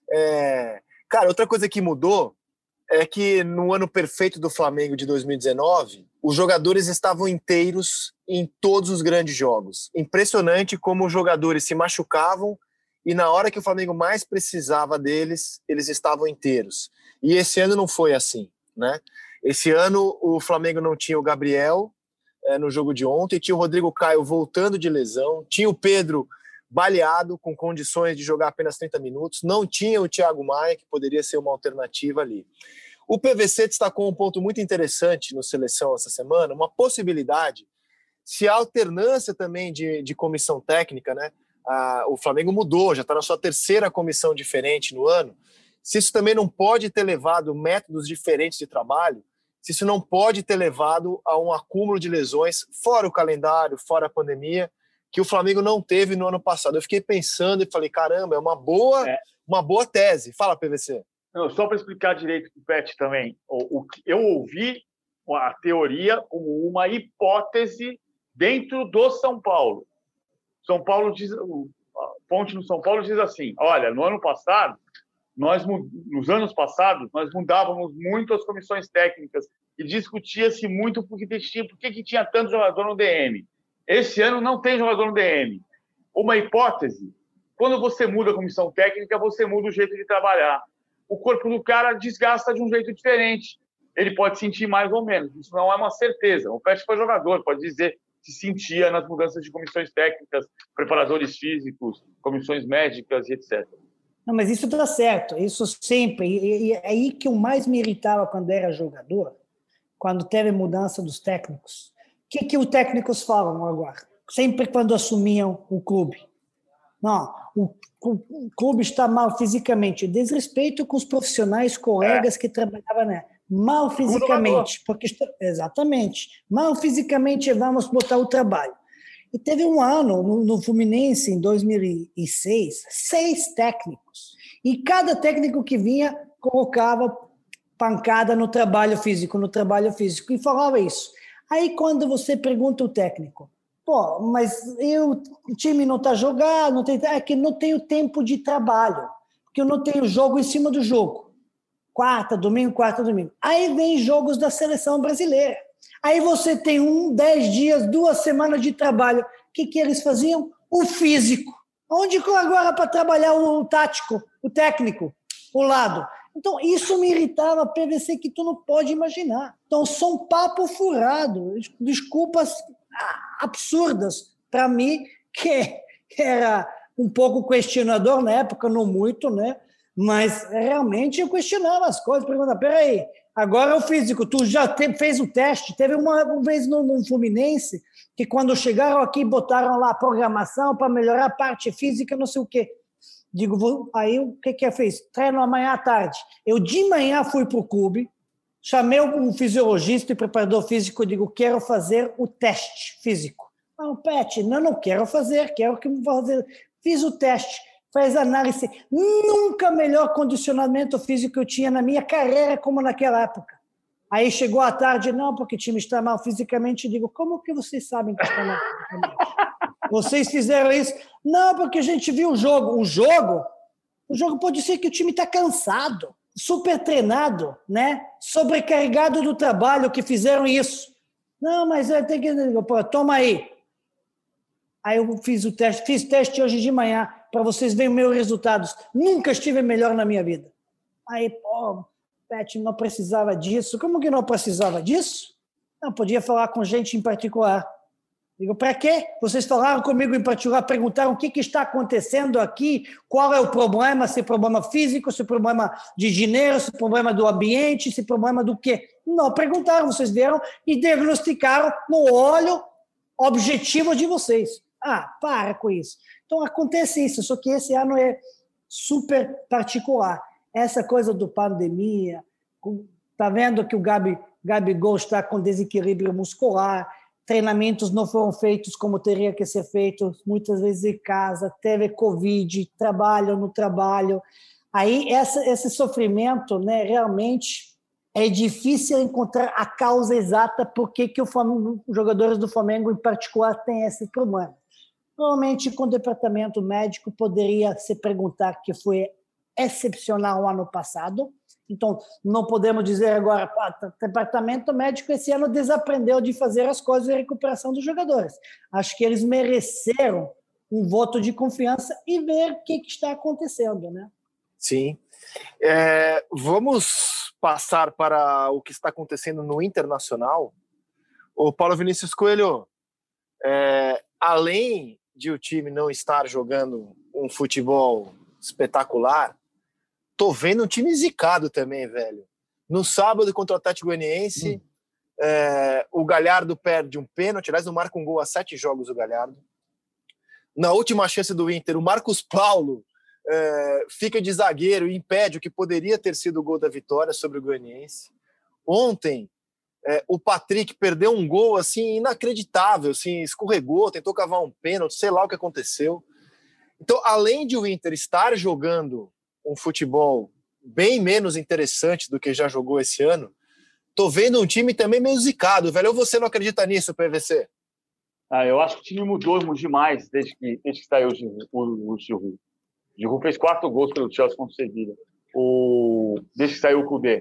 cara, outra coisa que mudou é que no ano perfeito do Flamengo de 2019, os jogadores estavam inteiros em todos os grandes jogos. Impressionante como os jogadores se machucavam e na hora que o Flamengo mais precisava deles, eles estavam inteiros. E esse ano não foi assim, né? Esse ano o Flamengo não tinha o Gabriel no jogo de ontem, tinha o Rodrigo Caio voltando de lesão, tinha o Pedro baleado, com condições de jogar apenas 30 minutos, não tinha o Thiago Maia, que poderia ser uma alternativa ali. O PVC destacou um ponto muito interessante no Seleção essa semana, uma possibilidade, se a alternância também de comissão técnica, né? O Flamengo mudou, já está na sua 3ª comissão diferente no ano, se isso também não pode ter levado métodos diferentes de trabalho, se isso não pode ter levado a um acúmulo de lesões, fora o calendário, fora a pandemia, que o Flamengo não teve no ano passado. Eu fiquei pensando e falei, caramba, é uma boa tese. Fala, PVC. Não, só para explicar direito para o Pet também, eu ouvi a teoria como uma hipótese dentro do São Paulo. São Paulo diz, a fonte no São Paulo diz assim, olha, no ano passado, nos anos passados, nós mudávamos muito as comissões técnicas e discutia-se muito por que tinha tanto jogador no DM. Esse ano não tem jogador no DM. Uma hipótese, quando você muda a comissão técnica, você muda o jeito de trabalhar. O corpo do cara desgasta de um jeito diferente. Ele pode sentir mais ou menos. Isso não é uma certeza. O Pet foi jogador, pode dizer se sentia nas mudanças de comissões técnicas, preparadores físicos, comissões médicas e etc. Não, mas isso dá certo. Isso sempre. E é aí que o mais me irritava quando era jogador, quando teve mudança dos técnicos. O que os técnicos falam agora? Sempre quando assumiam o clube. Não, o clube está mal fisicamente. Desrespeito com os profissionais, colegas que trabalhavam, né? Mal fisicamente. Exatamente. Mal fisicamente, vamos botar o trabalho. E teve um ano no Fluminense, em 2006, 6 técnicos. E cada técnico que vinha colocava pancada no trabalho físico, e falava isso. Aí, quando você pergunta ao técnico, mas o time não está jogando, é que não tenho tempo de trabalho, porque eu não tenho jogo em cima do jogo. Quarta, domingo. Aí vem jogos da seleção brasileira. Aí você tem 10 dias, 2 semanas de trabalho. O que eles faziam? O físico. Onde agora para trabalhar o tático, o técnico, o lado? Então, isso me irritava, PVC, que tu não pode imaginar. Então, são papo furado, desculpas absurdas para mim, que era um pouco questionador na época, não muito, né? Mas realmente eu questionava as coisas, perguntava, peraí, agora é o físico, tu já fez o teste? Teve uma vez no Fluminense, que quando chegaram aqui, botaram lá a programação para melhorar a parte física, não sei o quê. Digo, aí o que eu fiz? Treino amanhã à tarde. Eu de manhã fui para o clube, chamei um fisiologista e preparador físico, digo, quero fazer o teste físico. Não, Pet, não quero fazer, quero que fazer. Fiz o teste, fez análise. Nunca melhor condicionamento físico eu tinha na minha carreira como naquela época. Aí chegou à tarde, não, porque o time está mal fisicamente. Digo, como que vocês sabem que está mal fisicamente? Vocês fizeram isso? Não, porque a gente viu o jogo. O jogo pode ser que o time está cansado, super treinado, né? Sobrecarregado do trabalho que fizeram isso. Não, mas tem que... Pô, toma aí. Aí eu fiz teste hoje de manhã, para vocês verem meus resultados. Nunca estive melhor na minha vida. Aí, pô, Pet, não precisava disso. Como que não precisava disso? Não, podia falar com gente em particular. Digo, para quê? Vocês falaram comigo em particular, perguntaram o que está acontecendo aqui, qual é o problema, se é problema físico, se é problema de dinheiro, se é problema do ambiente, se é problema do quê? Não, perguntaram, vocês vieram e diagnosticaram no olho objetivo de vocês. Ah, para com isso. Então, acontece isso, só que esse ano é super particular. Essa coisa do pandemia, tá vendo que o Gabigol está com desequilíbrio muscular, treinamentos não foram feitos como teria que ser feito, muitas vezes em casa, teve Covid, trabalho no trabalho. Aí esse sofrimento, né, realmente é difícil encontrar a causa exata por que os jogadores do Flamengo em particular têm esse problema. Normalmente, com o departamento médico, poderia se perguntar que foi excepcional o ano passado. Então, não podemos dizer agora, o departamento médico esse ano desaprendeu de fazer as coisas de recuperação dos jogadores. Acho que eles mereceram um voto de confiança e ver o que está acontecendo, né? Sim. Vamos passar para o que está acontecendo no Internacional. O Paulo Vinícius Coelho, além de o time não estar jogando um futebol espetacular, tô vendo um time zicado também, velho. No sábado, contra o Atlético Goianiense, o Galhardo perde um pênalti, aliás, não marca um gol há 7 jogos o Galhardo. Na última chance do Inter, o Marcos Paulo fica de zagueiro e impede o que poderia ter sido o gol da vitória sobre o Goianiense. Ontem, o Patrick perdeu um gol assim, inacreditável, assim, escorregou, tentou cavar um pênalti, sei lá o que aconteceu. Então, além de o Inter estar jogando um futebol bem menos interessante do que já jogou esse ano, tô vendo um time também meio zicado, velho. Ou você não acredita nisso, PVC? Eu acho que o time mudou demais desde que saiu o Giroud. O Giroud fez 4 gols pelo Chelsea contra o Sevilla. Desde que saiu o Koundé.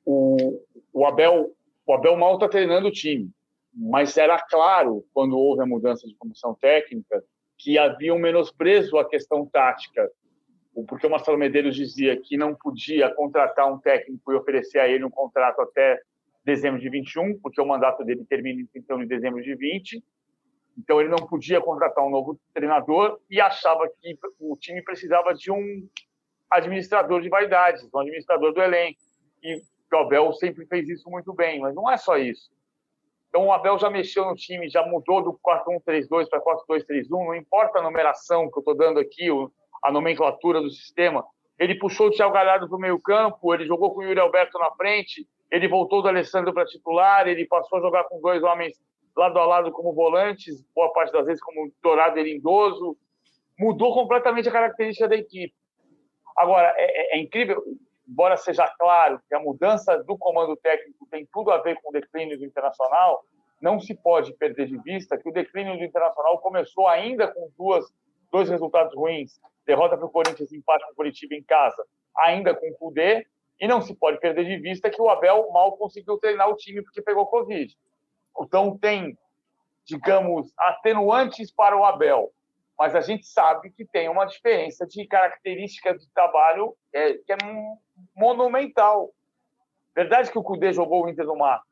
O Abel mal está treinando o time, mas era claro, quando houve a mudança de comissão técnica, que havia um menosprezo à questão tática, porque o Marcelo Medeiros dizia que não podia contratar um técnico e oferecer a ele um contrato até dezembro de 21, porque o mandato dele termina em 31 de dezembro de 20. Então, ele não podia contratar um novo treinador e achava que o time precisava de um administrador de vaidades, um administrador do elenco. E o Abel sempre fez isso muito bem, mas não é só isso. Então, o Abel já mexeu no time, já mudou do 4-1-3-2 para 4-2-3-1, não importa a numeração que eu estou dando aqui, a nomenclatura do sistema. Ele puxou o Thiago Galhardo para o meio campo, ele jogou com o Yuri Alberto na frente, ele voltou do Alessandro para titular, ele passou a jogar com 2 homens lado a lado como volantes, boa parte das vezes como Dourado e Lindoso. Mudou completamente a característica da equipe. Agora, é incrível, embora seja claro que a mudança do comando técnico tem tudo a ver com o declínio do Internacional, não se pode perder de vista que o declínio do Internacional começou ainda com 2 resultados ruins, derrota para o Corinthians, empate com o Curitiba em casa, ainda com o Koundé, e não se pode perder de vista que o Abel mal conseguiu treinar o time porque pegou Covid. Então tem, digamos, atenuantes para o Abel, mas a gente sabe que tem uma diferença de característica de trabalho que é monumental. Verdade que o Koundé jogou o Inter no mar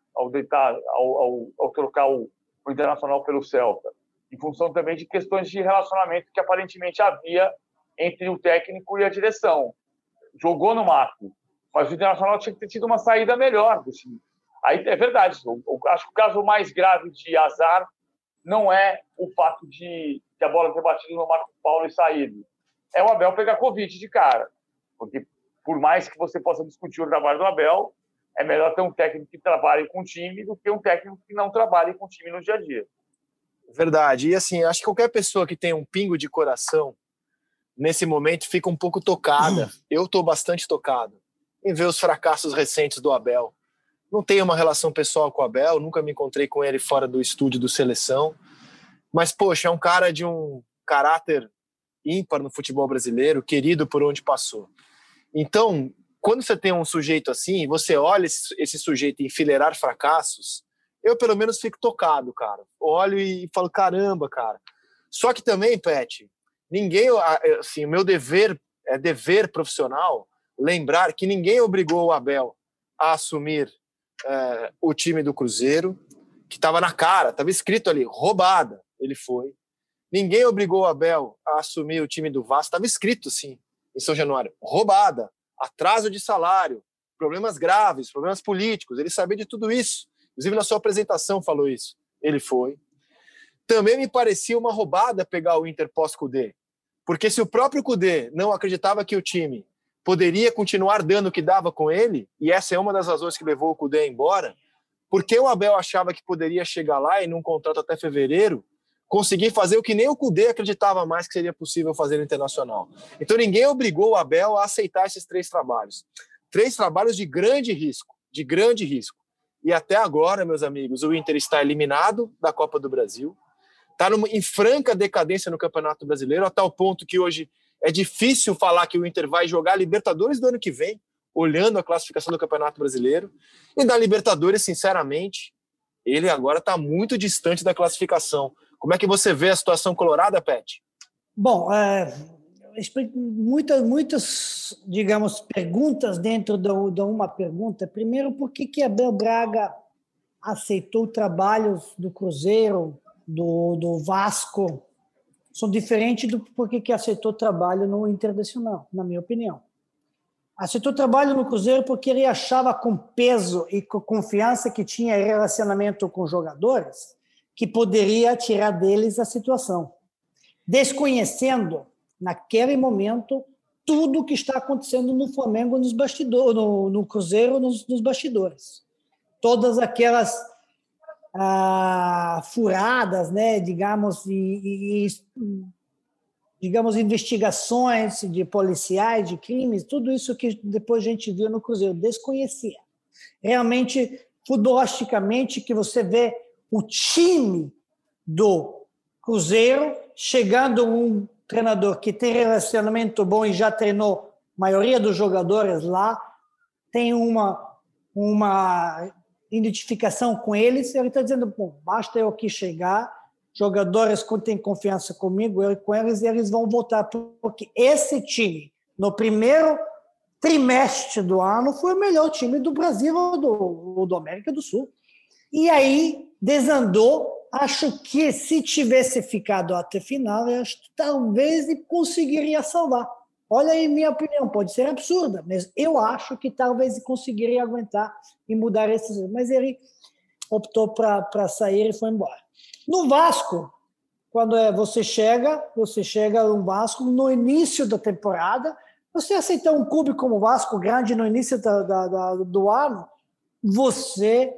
ao trocar o Internacional pelo Celta, em função também de questões de relacionamento que aparentemente havia entre o técnico e a direção. Jogou no mato, mas o Internacional tinha que ter tido uma saída melhor do time. Aí é verdade, eu acho que o caso mais grave de azar não é o fato de a bola ter batido no Marcos Paulo e saído. É o Abel pegar Covid de cara. Porque por mais que você possa discutir o trabalho do Abel, é melhor ter um técnico que trabalhe com o time do que um técnico que não trabalhe com o time no dia a dia. Verdade. E assim, acho que qualquer pessoa que tem um pingo de coração, nesse momento, fica um pouco tocada. Eu estou bastante tocado em ver os fracassos recentes do Abel. Não tenho uma relação pessoal com o Abel, nunca me encontrei com ele fora do estúdio do Seleção. Mas, poxa, é um cara de um caráter ímpar no futebol brasileiro, querido por onde passou. Então, quando você tem um sujeito assim, você olha esse sujeito enfileirar fracassos, eu pelo menos fico tocado, cara. Olho e falo, caramba, cara. Só que também, Pet, ninguém, assim, o meu dever profissional lembrar que ninguém obrigou o Abel a assumir o time do Cruzeiro, que estava na cara, estava escrito ali, roubada, ele foi. Ninguém obrigou o Abel a assumir o time do Vasco, estava escrito assim, em São Januário, roubada, atraso de salário, problemas graves, problemas políticos, ele sabia de tudo isso. Inclusive, na sua apresentação falou isso. Ele foi. Também me parecia uma roubada pegar o Inter pós-Cudê. Porque se o próprio Cudê não acreditava que o time poderia continuar dando o que dava com ele, e essa é uma das razões que levou o Cudê embora, porque o Abel achava que poderia chegar lá e, num contrato até fevereiro, conseguir fazer o que nem o Cudê acreditava mais que seria possível fazer no Internacional. Então, ninguém obrigou o Abel a aceitar esses 3 trabalhos. 3 trabalhos de grande risco, de grande risco. E até agora, meus amigos, o Inter está eliminado da Copa do Brasil, está em franca decadência no Campeonato Brasileiro, a tal ponto que hoje é difícil falar que o Inter vai jogar Libertadores do ano que vem, olhando a classificação do Campeonato Brasileiro. E da Libertadores, sinceramente, ele agora está muito distante da classificação. Como é que você vê a situação colorada, Pet? Bom, muitas, digamos, perguntas dentro de uma pergunta. Primeiro, por que Abel Braga aceitou trabalhos do Cruzeiro, do Vasco? São diferentes do porquê que aceitou trabalho no Internacional, na minha opinião. Aceitou trabalho no Cruzeiro porque ele achava com peso e com confiança que tinha relacionamento com jogadores que poderia tirar deles a situação, desconhecendo naquele momento tudo o que está acontecendo no Flamengo nos bastidores, no Cruzeiro nos bastidores. Todas aquelas furadas, né, digamos, digamos, investigações de policiais, de crimes, tudo isso que depois a gente viu no Cruzeiro, desconhecia. Realmente, futbolisticamente, que você vê o time do Cruzeiro chegando um treinador que tem relacionamento bom e já treinou a maioria dos jogadores lá, tem uma identificação com eles, ele está dizendo, bom, basta eu aqui chegar, jogadores que têm confiança comigo, com eles, eles vão voltar, porque esse time, no primeiro trimestre do ano, foi o melhor time do Brasil ou do América do Sul. E aí desandou. Acho que se tivesse ficado até o final, talvez ele conseguiria salvar. Olha aí minha opinião, pode ser absurda, mas eu acho que talvez ele conseguiria aguentar e mudar esses. Mas ele optou para sair e foi embora. No Vasco, quando você chega no Vasco no início da temporada, você aceitar um clube como o Vasco, grande no início do ano, você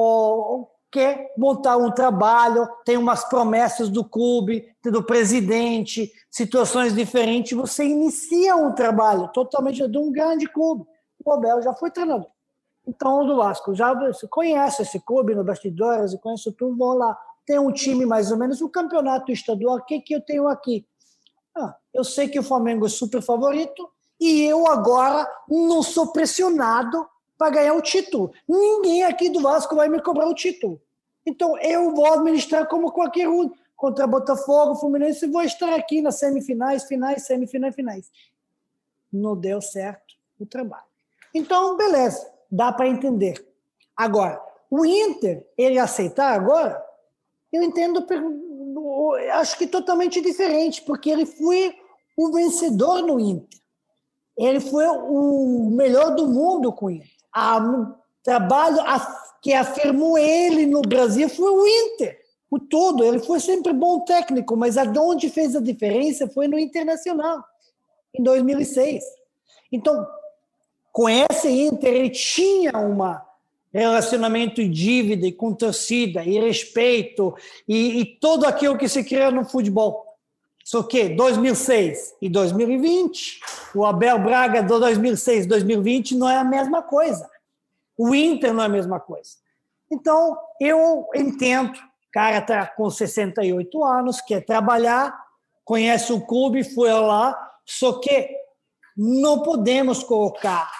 quer montar um trabalho, tem umas promessas do clube, do presidente, situações diferentes, você inicia um trabalho totalmente de um grande clube. O Abel já foi treinador. Então, do Vasco, já você conhece esse clube no bastidores, conhece tudo, vão lá. Tem um time mais ou menos, o campeonato estadual, o que eu tenho aqui? Eu sei que o Flamengo é super favorito e eu agora não sou pressionado para ganhar o título. Ninguém aqui do Vasco vai me cobrar o título. Então, eu vou administrar como qualquer um. Contra Botafogo, Fluminense, vou estar aqui nas semifinais, finais, semifinais, finais. Não deu certo o trabalho. Então, beleza, dá para entender. Agora, o Inter, ele aceitar agora, eu entendo, acho que totalmente diferente, porque ele foi o vencedor no Inter. Ele foi o melhor do mundo com o Inter. O trabalho que afirmou ele no Brasil foi o Inter, o todo. Ele foi sempre bom técnico, mas onde fez a diferença foi no Internacional, em 2006. Então, com esse Inter, ele tinha um relacionamento e dívida, e com torcida, e respeito, e tudo aquilo que se cria no futebol. Só que 2006 e 2020, o Abel Braga de 2006 e 2020 não é a mesma coisa. O Inter não é a mesma coisa. Então, eu entendo, o cara está com 68 anos, quer trabalhar, conhece o clube, foi lá, só que não podemos colocar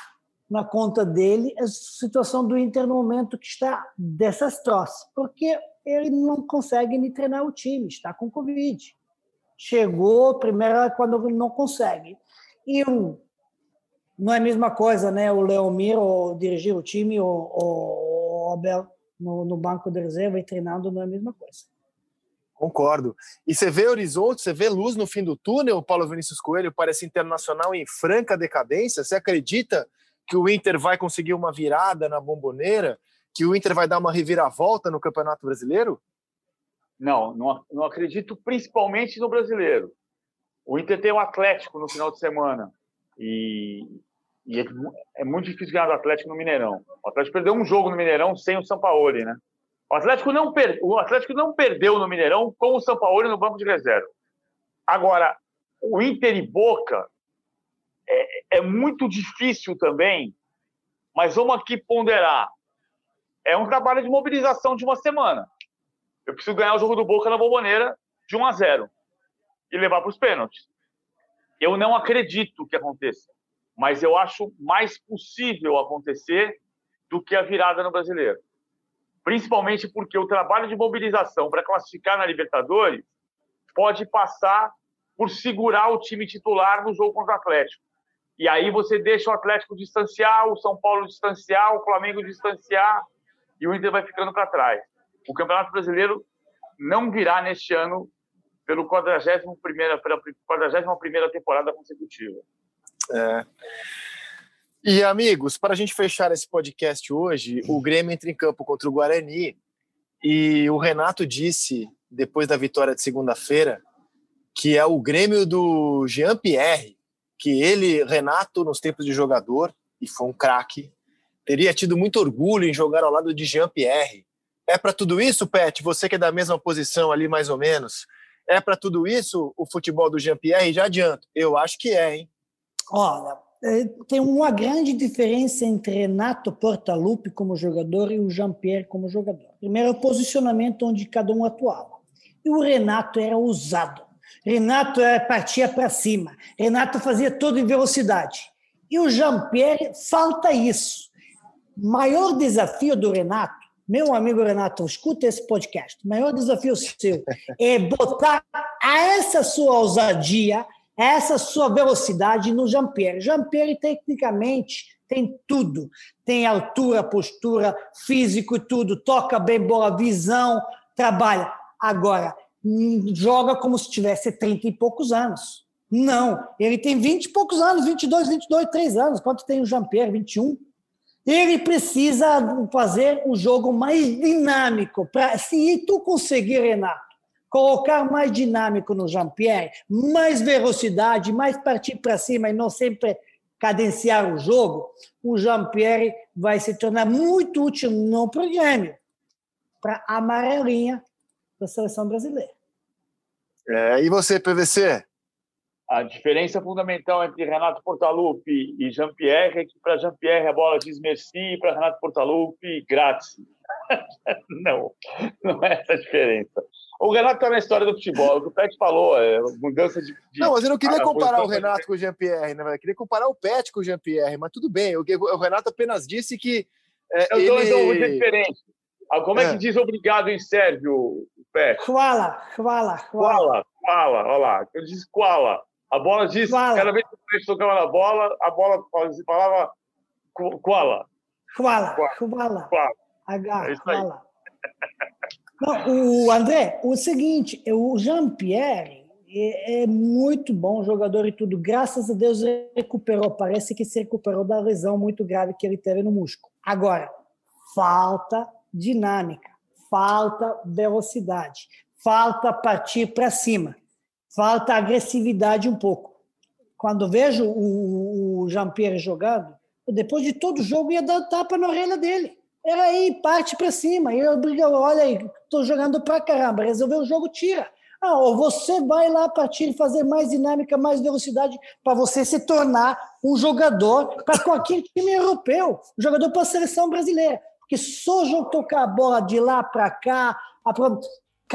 na conta dele a situação do Inter no momento que está desastrosa, porque ele não consegue nem treinar o time, está com Covid. Chegou primeiro quando não consegue. E não é a mesma coisa, né? O Leomir dirigir o time, o Abel no banco de reserva e treinando não é a mesma coisa. Concordo. E você vê horizonte, você vê luz no fim do túnel, Paulo Vinícius Coelho, parece Internacional em franca decadência. Você acredita que o Inter vai conseguir uma virada na Bomboneira? Que o Inter vai dar uma reviravolta no Campeonato Brasileiro? Não acredito, principalmente no Brasileiro. O Inter tem o Atlético no final de semana e é muito difícil ganhar do Atlético no Mineirão. O Atlético perdeu um jogo no Mineirão sem o Sampaoli, né? O Atlético não perdeu no Mineirão com o Sampaoli no banco de reserva. Agora, o Inter e Boca é muito difícil também, mas vamos aqui ponderar. É um trabalho de mobilização de uma semana. Eu preciso ganhar o jogo do Boca na Bomboneira de 1-0 e levar para os pênaltis. Eu não acredito que aconteça, mas eu acho mais possível acontecer do que a virada no Brasileiro. Principalmente porque o trabalho de mobilização para classificar na Libertadores pode passar por segurar o time titular no jogo contra o Atlético. E aí você deixa o Atlético distanciar, o São Paulo distanciar, o Flamengo distanciar e o Inter vai ficando para trás. O Campeonato Brasileiro não virá neste ano pela 41ª temporada consecutiva. E, amigos, para a gente fechar esse podcast hoje, o Grêmio entra em campo contra o Guarani e o Renato disse, depois da vitória de segunda-feira, que é o Grêmio do Jean-Pierre, que ele, Renato, nos tempos de jogador, e foi um craque, teria tido muito orgulho em jogar ao lado de Jean-Pierre. É para tudo isso, Pet? Você que é da mesma posição ali, mais ou menos. É para tudo isso o futebol do Jean-Pierre? Já adianto, eu acho que é, hein? Olha, tem uma grande diferença entre Renato Portaluppi como jogador e o Jean-Pierre como jogador. Primeiro, o posicionamento onde cada um atuava. E o Renato era ousado. Renato partia para cima. Renato fazia tudo em velocidade. E o Jean-Pierre, falta isso. O maior desafio do Renato, meu amigo Renato, escuta esse podcast, o maior desafio seu é botar essa sua ousadia, essa sua velocidade no Jean-Pierre. Jean-Pierre, tecnicamente, tem tudo. Tem altura, postura, físico e tudo. Toca bem bola, visão, trabalha. Agora, joga como se tivesse 30 e poucos anos. Não, ele tem 20 e poucos anos, 22, 3 anos. Quanto tem o Jean-Pierre? 21. Ele precisa fazer o jogo mais dinâmico. Se tu conseguir, Renato, colocar mais dinâmico no Jean-Pierre, mais velocidade, mais partir para cima e não sempre cadenciar o jogo, o Jean-Pierre vai se tornar muito útil não para o Grêmio, para a amarelinha da seleção brasileira. E você, PVC? A diferença fundamental entre Renato Portaluppi e Jean-Pierre é que para Jean-Pierre a bola diz merci e para Renato Portaluppi, grazie. Não é essa a diferença. O Renato está na história do futebol, o que o Pet falou, mudança de... Não, mas eu não queria comparar o Renato com o Jean-Pierre, né? Eu queria comparar o Pet com o Jean-Pierre, mas tudo bem, o Renato apenas disse que... Então, é diferente. Como é que diz obrigado em sérvio, Pet? Hvala. Olha lá, eu disse hvala. A bola diz, cada vez que o Pet tocava na bola, a bola falava hvala. Hvala. Não, o André, o seguinte, o Jean-Pierre é muito bom jogador e tudo. Graças a Deus recuperou. Parece que se recuperou da lesão muito grave que ele teve no músculo. Agora, falta dinâmica, falta velocidade, falta partir para cima, falta agressividade um pouco. Quando vejo o Jean-Pierre jogando, depois de todo jogo ia dar tapa na orelha dele. Era aí, parte para cima. Eu brigo, olha aí, estou jogando para caramba, resolveu o jogo, tira. Ou você vai lá partir e fazer mais dinâmica, mais velocidade, para você se tornar um jogador para qualquer time europeu, um jogador para a seleção brasileira. Porque só tocar a bola de lá para cá,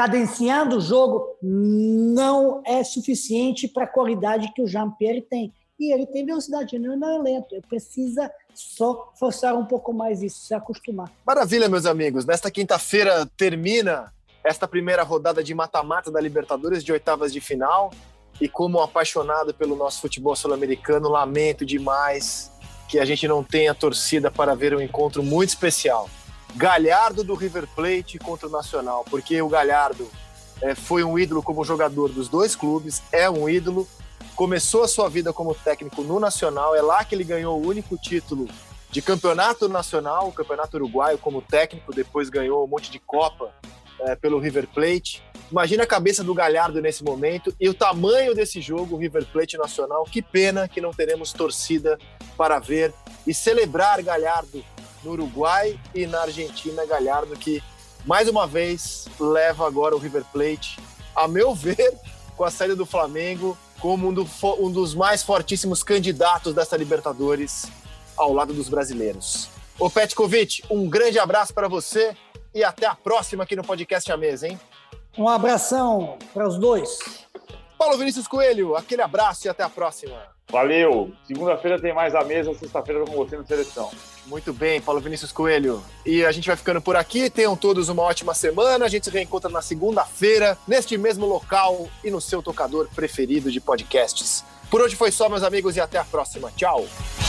cadenciando o jogo, não é suficiente para a qualidade que o Jean-Pierre tem. e ele tem velocidade, ele não é lento, ele precisa só forçar um pouco mais isso, se acostumar. Maravilha, meus amigos. Nesta quinta-feira termina esta primeira rodada de mata-mata da Libertadores de oitavas de final. E como apaixonado pelo nosso futebol sul-americano, lamento demais que a gente não tenha torcida para ver um encontro muito especial. Galhardo do River Plate contra o Nacional, porque o Galhardo foi um ídolo como jogador dos dois clubes, é um ídolo, começou a sua vida como técnico no Nacional, é lá que ele ganhou o único título de campeonato nacional, o campeonato uruguaio como técnico, depois ganhou um monte de Copa pelo River Plate. Imagina a cabeça do Galhardo nesse momento e o tamanho desse jogo, River Plate Nacional. Que pena que não teremos torcida para ver e celebrar Galhardo no Uruguai e na Argentina. Galhardo que, mais uma vez, leva agora o River Plate, a meu ver, com a saída do Flamengo, como um dos mais fortíssimos candidatos dessa Libertadores ao lado dos brasileiros. Ô Petkovic, um grande abraço para você e até a próxima aqui no Podcast à Mesa, hein? Um abração para os dois. Paulo Vinícius Coelho, aquele abraço e até a próxima. Valeu. Segunda-feira tem mais a mesa, sexta-feira com você no Seleção. Muito bem, Paulo Vinícius Coelho. E a gente vai ficando por aqui. Tenham todos uma ótima semana. A gente se reencontra na segunda-feira, neste mesmo local e no seu tocador preferido de podcasts. Por hoje foi só, meus amigos, e até a próxima. Tchau.